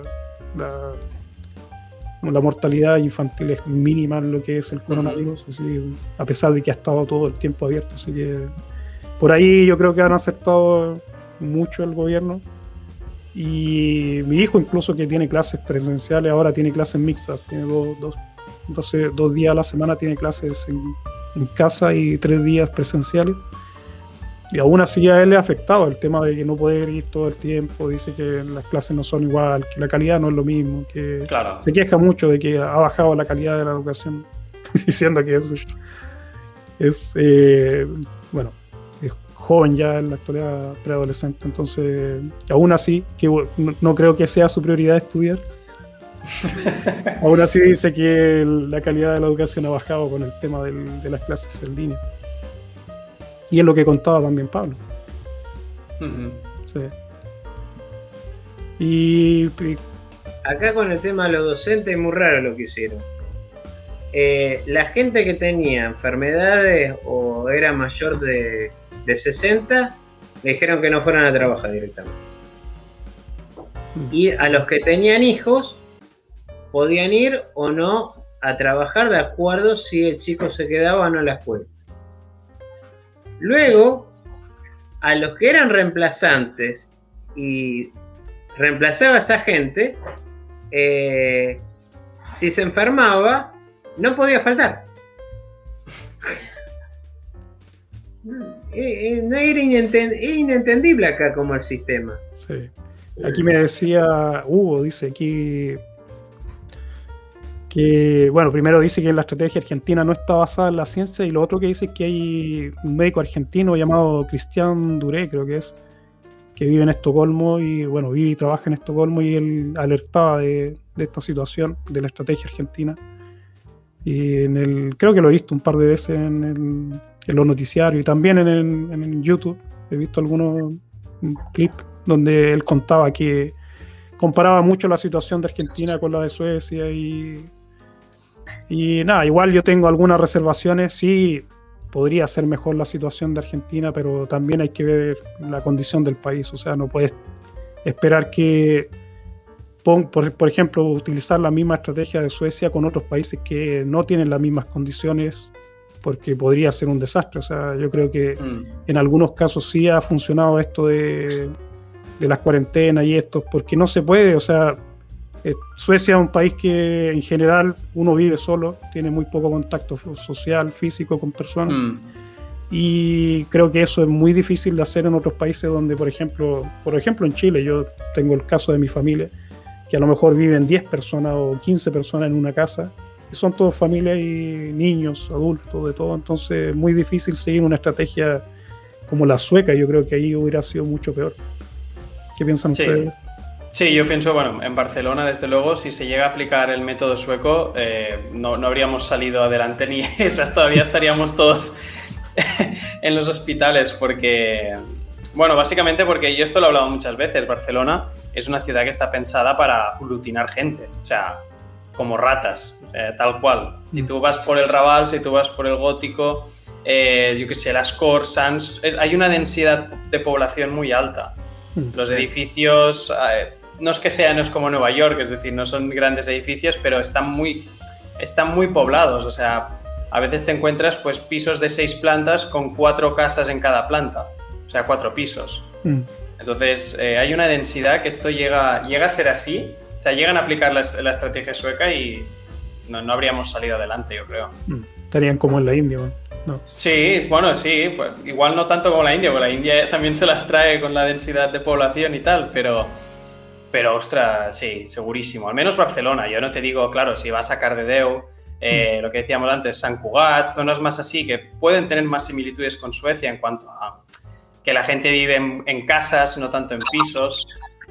la mortalidad infantil es mínima en lo que es el coronavirus, así, a pesar de que ha estado todo el tiempo abierto. Así que por ahí yo creo que han acertado mucho el gobierno. Y mi hijo incluso que tiene clases presenciales, ahora tiene clases mixtas, tiene dos días a la semana tiene clases en casa y 3 días presenciales. Y aún así a él le ha afectado el tema de que no puede ir todo el tiempo, dice que las clases no son igual, que la calidad no es lo mismo, que se queja mucho de que ha bajado la calidad de la educación, diciendo que es joven ya en la actualidad, preadolescente, entonces aún así, que no creo que sea su prioridad estudiar, aún así dice que la calidad de la educación ha bajado con el tema de las clases en línea. Y es lo que contaba también Pablo. Sí. Y acá con el tema de los docentes es muy raro lo que hicieron. La gente que tenía enfermedades o era mayor de 60, le dijeron que no fueran a trabajar directamente. Y a los que tenían hijos, podían ir o no a trabajar de acuerdo si el chico se quedaba o no en la escuela. Luego, a los que eran reemplazantes y reemplazaba a esa gente, si se enfermaba, no podía faltar. Era inentendible acá como el sistema. Sí. Aquí me decía Hugo, dice aquí que, bueno, primero dice que la estrategia argentina no está basada en la ciencia, y lo otro que dice es que hay un médico argentino llamado Cristian Duré, creo que es, que vive en Estocolmo y, bueno, vive y trabaja en Estocolmo, y él alertaba de esta situación, de la estrategia argentina. Y creo que lo he visto un par de veces en los noticiarios y también en YouTube. He visto algunos clips donde él contaba que comparaba mucho la situación de Argentina con la de Suecia y nada, igual yo tengo algunas reservaciones. Sí, podría ser mejor la situación de Argentina, pero también hay que ver la condición del país. O sea, no puedes esperar que, por ejemplo, utilizar la misma estrategia de Suecia con otros países que no tienen las mismas condiciones, porque podría ser un desastre. O sea, yo creo que en algunos casos sí ha funcionado esto de las cuarentenas y esto, porque no se puede. O sea, Suecia es un país que en general uno vive solo, tiene muy poco contacto social, físico con personas, y creo que eso es muy difícil de hacer en otros países donde, por ejemplo en Chile, yo tengo el caso de mi familia, que a lo mejor viven 10 personas o 15 personas en una casa, y son todos familias y niños, adultos, de todo. Entonces es muy difícil seguir una estrategia como la sueca. Yo creo que ahí hubiera sido mucho peor. ¿Qué piensan ustedes? Sí, yo pienso, bueno, en Barcelona, desde luego, si se llega a aplicar el método sueco, no habríamos salido adelante ni esas, todavía estaríamos todos en los hospitales, porque, bueno, básicamente porque yo esto lo he hablado muchas veces, Barcelona es una ciudad que está pensada para aglutinar gente, o sea, como ratas, tal cual. Si tú vas por el Raval, si tú vas por el Gótico, yo qué sé, las Corts, Sants, hay una densidad de población muy alta. Los edificios, no es como Nueva York, es decir, no son grandes edificios, pero están muy poblados. O sea, a veces te encuentras pues pisos de 6 plantas con 4 casas en cada planta, o sea, 4 pisos. Entonces, hay una densidad que esto llega a ser así. O sea, llegan a aplicar la estrategia sueca y no habríamos salido adelante, yo creo. Estarían como en la India, ¿no? Sí, bueno, sí, pues igual no tanto como la India, porque la India también se las trae con la densidad de población y tal, pero ostras, sí, segurísimo. Al menos Barcelona, yo no te digo, claro, si vas a Cardedeu, lo que decíamos antes, Sant Cugat, zonas más así que pueden tener más similitudes con Suecia en cuanto a que la gente vive en casas, no tanto en pisos,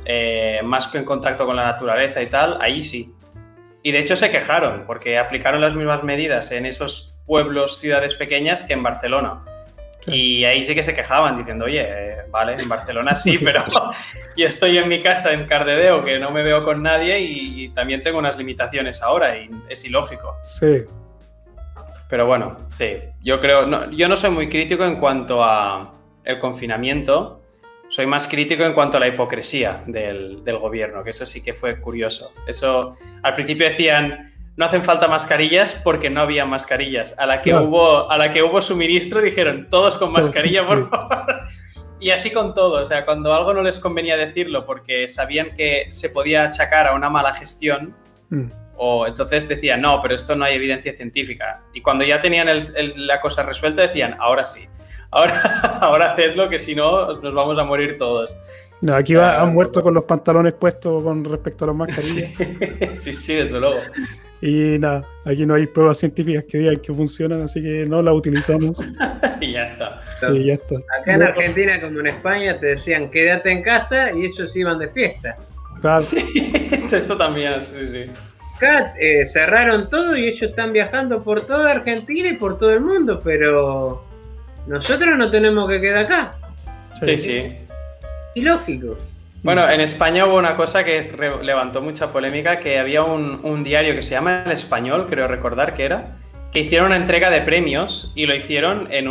más que en contacto con la naturaleza y tal, ahí sí. Y de hecho se quejaron, porque aplicaron las mismas medidas en esos pueblos, ciudades pequeñas que en Barcelona. Sí. Y ahí sí que se quejaban diciendo, oye, vale, en Barcelona sí, pero yo estoy en mi casa en Cardedeu, que no me veo con nadie y también tengo unas limitaciones ahora y es ilógico. Sí. Pero bueno, sí, yo no soy muy crítico en cuanto a el confinamiento, soy más crítico en cuanto a la hipocresía del gobierno, que eso sí que fue curioso. Eso, al principio decían, no hacen falta mascarillas porque no había mascarillas. A la que hubo suministro dijeron, todos con mascarilla, por favor. Y así con todo, o sea, cuando algo no les convenía decirlo porque sabían que se podía achacar a una mala gestión, o entonces decían, no, pero esto no hay evidencia científica. Y cuando ya tenían la cosa resuelta decían, ahora sí. Ahora hacedlo, que si no nos vamos a morir todos. No, aquí han muerto con los pantalones puestos con respecto a las mascarillas. Sí, desde luego. Y nada, aquí no hay pruebas científicas que digan que funcionan, así que no las utilizamos. Y ya está. Sí, ya está. Acá en Argentina, como en España, te decían quédate en casa y ellos iban de fiesta. Claro. Sí, esto también, sí. Acá cerraron todo y ellos están viajando por toda Argentina y por todo el mundo, pero nosotros no tenemos que quedar acá. Sí. Ilógico. Bueno, en España hubo una cosa que levantó mucha polémica, que había un diario que se llama El Español, creo recordar que era, que hicieron una entrega de premios y lo hicieron en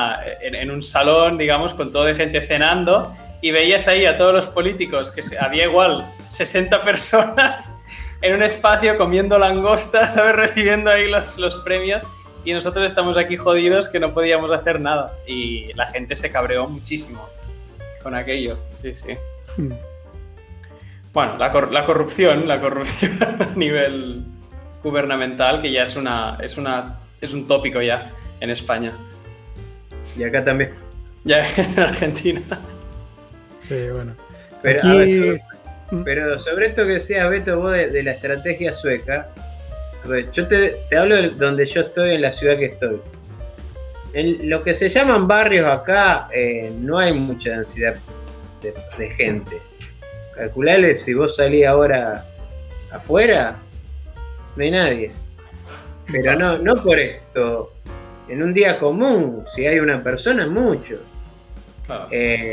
un salón, digamos, con toda de gente cenando, y veías ahí a todos los políticos, que había igual 60 personas en un espacio comiendo langostas, ¿sabes? Recibiendo ahí los premios. y nosotros estamos aquí jodidos que no podíamos hacer nada. Y la gente se cabreó muchísimo con aquello. Sí, sí. Bueno, la corrupción a nivel gubernamental, que ya es un tópico ya en España. Y acá también. Ya en Argentina. Sí, bueno. Pero, Aquí... a ver, pero sobre esto que decías, Beto, vos de la estrategia sueca, a ver, yo te hablo de donde yo estoy, en la ciudad que estoy. En lo que se llaman barrios acá, no hay mucha densidad de gente. Calculale, si vos salís ahora afuera, no hay nadie. Pero no por esto. En un día común, si hay una persona, es mucho. Claro.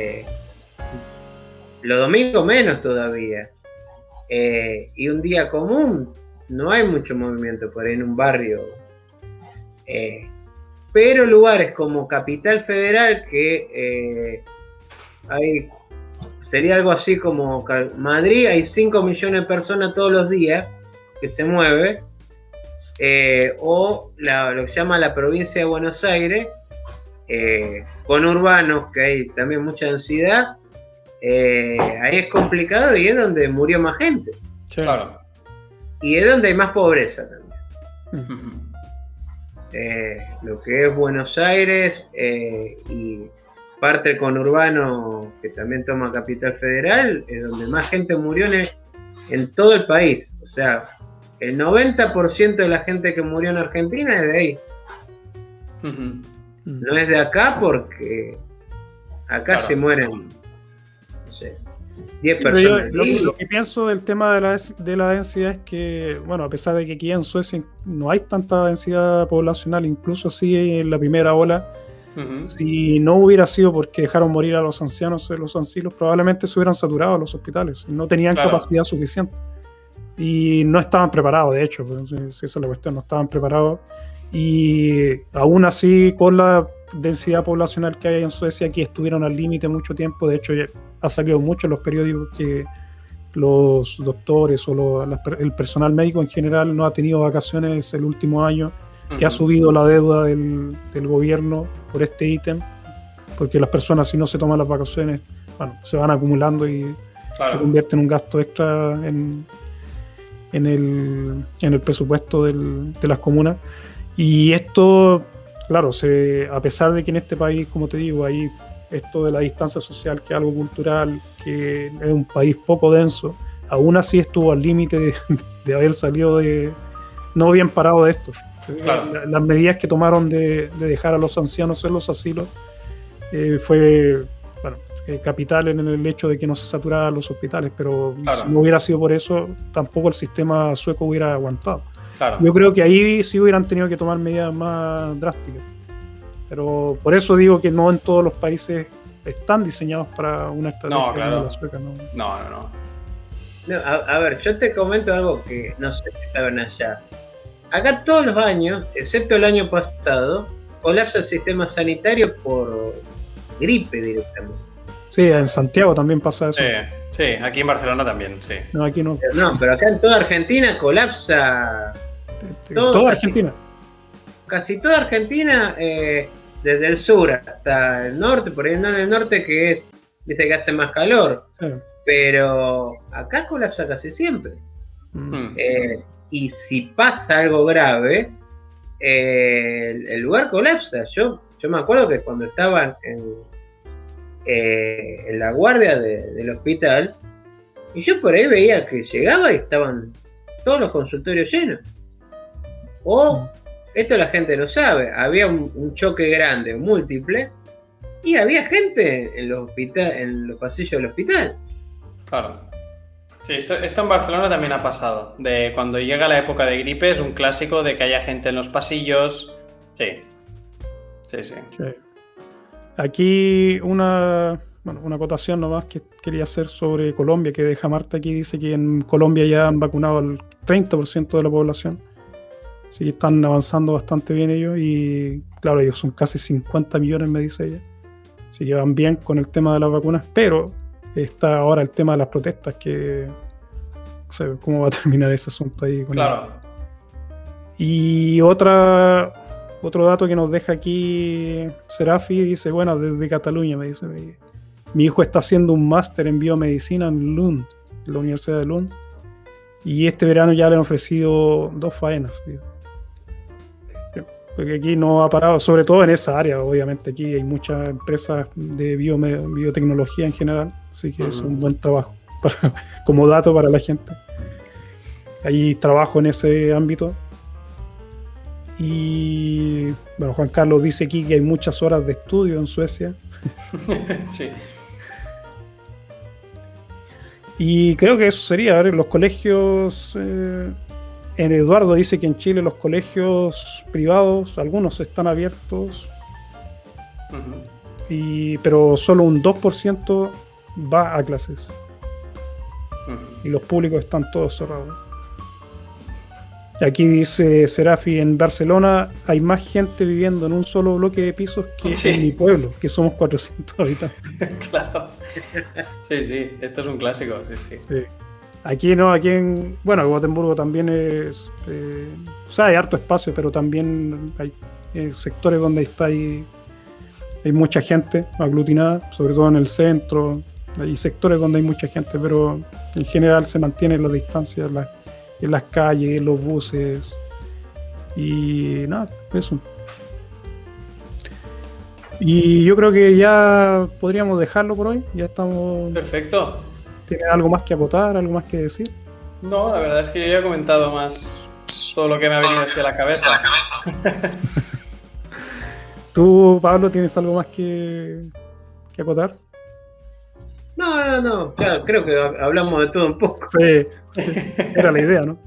Los domingos menos todavía. Y un día común, no hay mucho movimiento por ahí en un barrio. Pero lugares como Capital Federal, que sería algo así como Madrid, hay 5 millones de personas todos los días que se mueve. O lo que llama la provincia de Buenos Aires, conurbanos, que hay también mucha densidad, ahí es complicado y es donde murió más gente. Claro. Y es donde hay más pobreza también. Lo que es Buenos Aires y parte del conurbano que también toma Capital Federal, es donde más gente murió en todo el país. O sea, el 90% de la gente que murió en Argentina es de ahí. No es de acá porque acá se mueren, no sé, 10 personas. Lo que pienso del tema de la densidad es que, bueno, a pesar de que aquí en Suecia no hay tanta densidad poblacional, incluso así en la primera ola, si no hubiera sido porque dejaron morir a los ancianos en los asilos, probablemente se hubieran saturado los hospitales. No tenían capacidad suficiente. Y no estaban preparados, de hecho, pues, esa es la cuestión, no estaban preparados. Y aún así, con la densidad poblacional que hay en Suecia, aquí estuvieron al límite mucho tiempo. De hecho, ya ha salido mucho en los periódicos que los doctores o el personal médico en general no ha tenido vacaciones el último año, que ha subido la deuda del gobierno por este ítem, porque las personas, si no se toman las vacaciones, bueno, se van acumulando y se convierte en un gasto extra en el presupuesto de las comunas. Y esto, claro, a pesar de que en este país, como te digo, hay esto de la distancia social, que es algo cultural, que es un país poco denso, aún así estuvo al límite de haber salido no bien parado de esto. Las medidas que tomaron de dejar a los ancianos en los asilos fue capital en el hecho de que no se saturaran los hospitales, pero si no hubiera sido por eso, tampoco el sistema sueco hubiera aguantado. Yo creo que ahí sí hubieran tenido que tomar medidas más drásticas, pero por eso digo que no en todos los países están diseñados para una estrategia como la sueca. No. A ver, yo te comento algo que no sé si saben allá. Acá todos los años, excepto el año pasado, colapsa el sistema sanitario por gripe directamente. Sí, en Santiago también pasa eso. Sí, aquí en Barcelona también, sí. No, aquí no. No, pero acá en toda Argentina colapsa. Toda Argentina. Casi toda Argentina, desde el sur hasta el norte, por ahí en el norte que viste que hace más calor. Sí. Pero acá colapsa casi siempre. Y si pasa algo grave, el lugar colapsa. Yo me acuerdo que cuando estaba en la guardia del hospital, y yo por ahí veía que llegaba y estaban todos los consultorios llenos. O, esto la gente no sabe, había un choque grande, múltiple, y había gente en los pasillos del hospital. Claro. Sí, esto en Barcelona también ha pasado. De cuando llega la época de gripe es un clásico de que haya gente en los pasillos. Sí. Aquí una acotación nomás que quería hacer sobre Colombia, que deja Marta aquí, dice que en Colombia ya han vacunado al 30% de la población. Así que están avanzando bastante bien ellos y claro, ellos son casi 50 millones, me dice ella. Así que van bien con el tema de las vacunas, pero está ahora el tema de las protestas, que no sé cómo va a terminar ese asunto ahí. Claro. Y otra otro dato que nos deja aquí Serafi, dice, bueno, desde Cataluña, me dice, mi hijo está haciendo un máster en biomedicina en Lund, en la Universidad de Lund, y este verano ya le han ofrecido 2 faenas, dice. Sí, porque aquí no ha parado, sobre todo en esa área, obviamente aquí hay muchas empresas de biotecnología en general, así que es un buen trabajo, como dato para la gente. Hay trabajo en ese ámbito. Y bueno, Juan Carlos dice aquí que hay muchas horas de estudio en Suecia. Sí. Y creo que eso sería. A ver, los colegios. En Eduardo dice que en Chile los colegios privados, algunos están abiertos, pero solo un 2% va a clases. Y los públicos están todos cerrados. Aquí dice Serafi, en Barcelona hay más gente viviendo en un solo bloque de pisos que en mi pueblo, que somos 400 habitantes. Claro. Sí, esto es un clásico, sí. Aquí no, en Gotemburgo también es... o sea, hay harto espacio, pero también hay sectores donde hay mucha gente aglutinada, sobre todo en el centro. Hay sectores donde hay mucha gente, pero en general se mantiene la distancia en las calles, en los buses, y nada, eso. Y yo creo que ya podríamos dejarlo por hoy, ya estamos... Perfecto. ¿Tienes algo más que acotar, algo más que decir? No, la verdad es que yo ya he comentado más todo lo que me ha venido hacia la cabeza. ¿Tú, Pablo, tienes algo más que acotar? No, claro, creo que hablamos de todo un poco. Sí, era la idea, ¿no?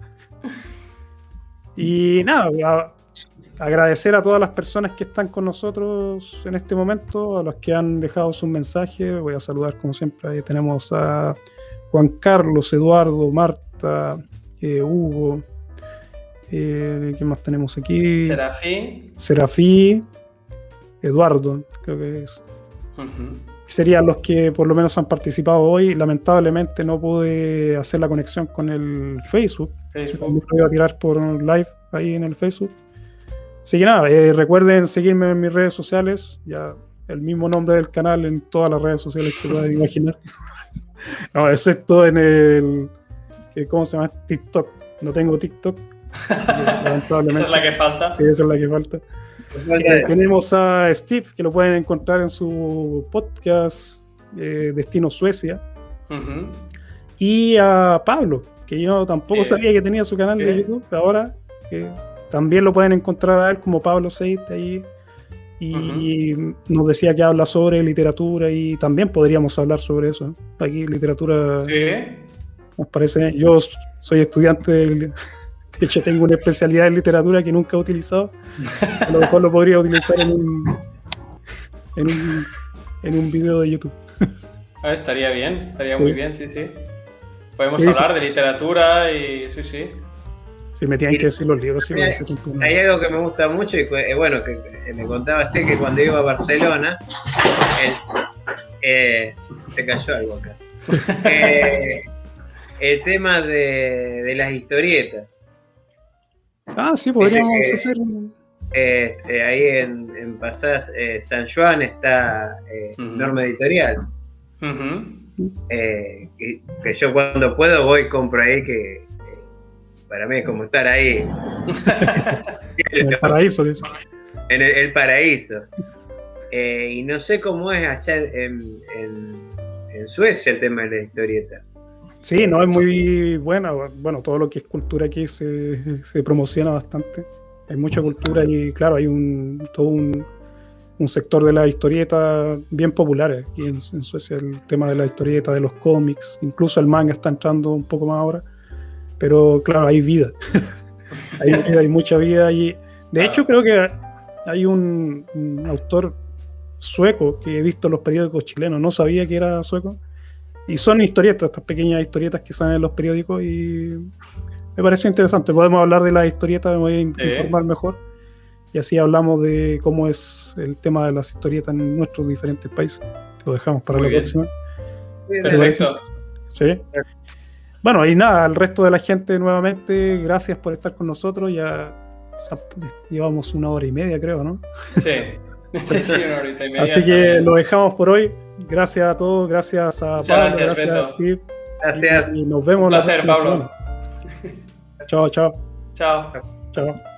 Y nada, agradecer a todas las personas que están con nosotros en este momento, a los que han dejado sus mensajes. Voy a saludar como siempre. Ahí tenemos a Juan Carlos, Eduardo, Marta, Hugo. ¿Qué más tenemos aquí? Serafí, Eduardo, creo que es. Serían los que por lo menos han participado hoy. Lamentablemente no pude hacer la conexión con el Facebook. Lo iba a tirar por live ahí en el Facebook. Así que nada, recuerden seguirme en mis redes sociales. Ya el mismo nombre del canal en todas las redes sociales que puedan imaginar. No, excepto en el... ¿Cómo se llama? TikTok. No tengo TikTok. Lamentablemente. ¿Esa es la que falta? Sí, esa es la que falta. Tenemos a Steve, que lo pueden encontrar en su podcast Destino Suecia. Y a Pablo, que yo tampoco sabía que tenía su canal de YouTube. Ahora también lo pueden encontrar a él como Pablo Seid ahí. Y nos decía que habla sobre literatura, y también podríamos hablar sobre eso. Aquí literatura nos parece. Yo soy estudiante de hecho tengo una especialidad en literatura que nunca he utilizado. A lo mejor lo podría utilizar en un video de YouTube. Estaría bien, muy bien, sí. Podemos hablar de literatura y sí. Sí, me tienen que decir los libros. Sí, hay algo que me gusta mucho, y bueno, que me contaba que cuando iba a Barcelona, se cayó algo acá. El tema de las historietas. Sí, podríamos hacer. Ahí en Pasás San Juan está Norma Editorial. Que yo cuando puedo voy y compro ahí, que para mí es como estar ahí. En el paraíso, dice. En el paraíso. Y no sé cómo es allá en Suecia el tema de la historieta. Sí, no, es muy buena. Bueno, todo lo que es cultura aquí se promociona bastante. Hay mucha cultura y claro, hay todo un sector de la historieta bien popular aquí en Suecia. El tema de la historieta, de los cómics, incluso el manga está entrando un poco más ahora. Pero claro, hay vida. hay mucha vida. Y de hecho creo que hay un autor sueco que he visto en los periódicos chilenos. No sabía que era sueco. Y son historietas, estas pequeñas historietas que salen en los periódicos, y me pareció interesante. Podemos hablar de las historietas, me voy a informar mejor. Y así hablamos de cómo es el tema de las historietas en nuestros diferentes países. Lo dejamos para la próxima. Perfecto. Sí. Bueno, y nada, al resto de la gente nuevamente, gracias por estar con nosotros. Ya Llevamos 1 hora y media, creo, ¿no? Sí, sí, 1 horita y media. Así que lo dejamos por hoy. Gracias a todos, gracias a Pablo, gracias Beto. a Steve. Gracias. Y nos vemos Un placer, la próxima Pablo. semana. Chao. Chao. Chao.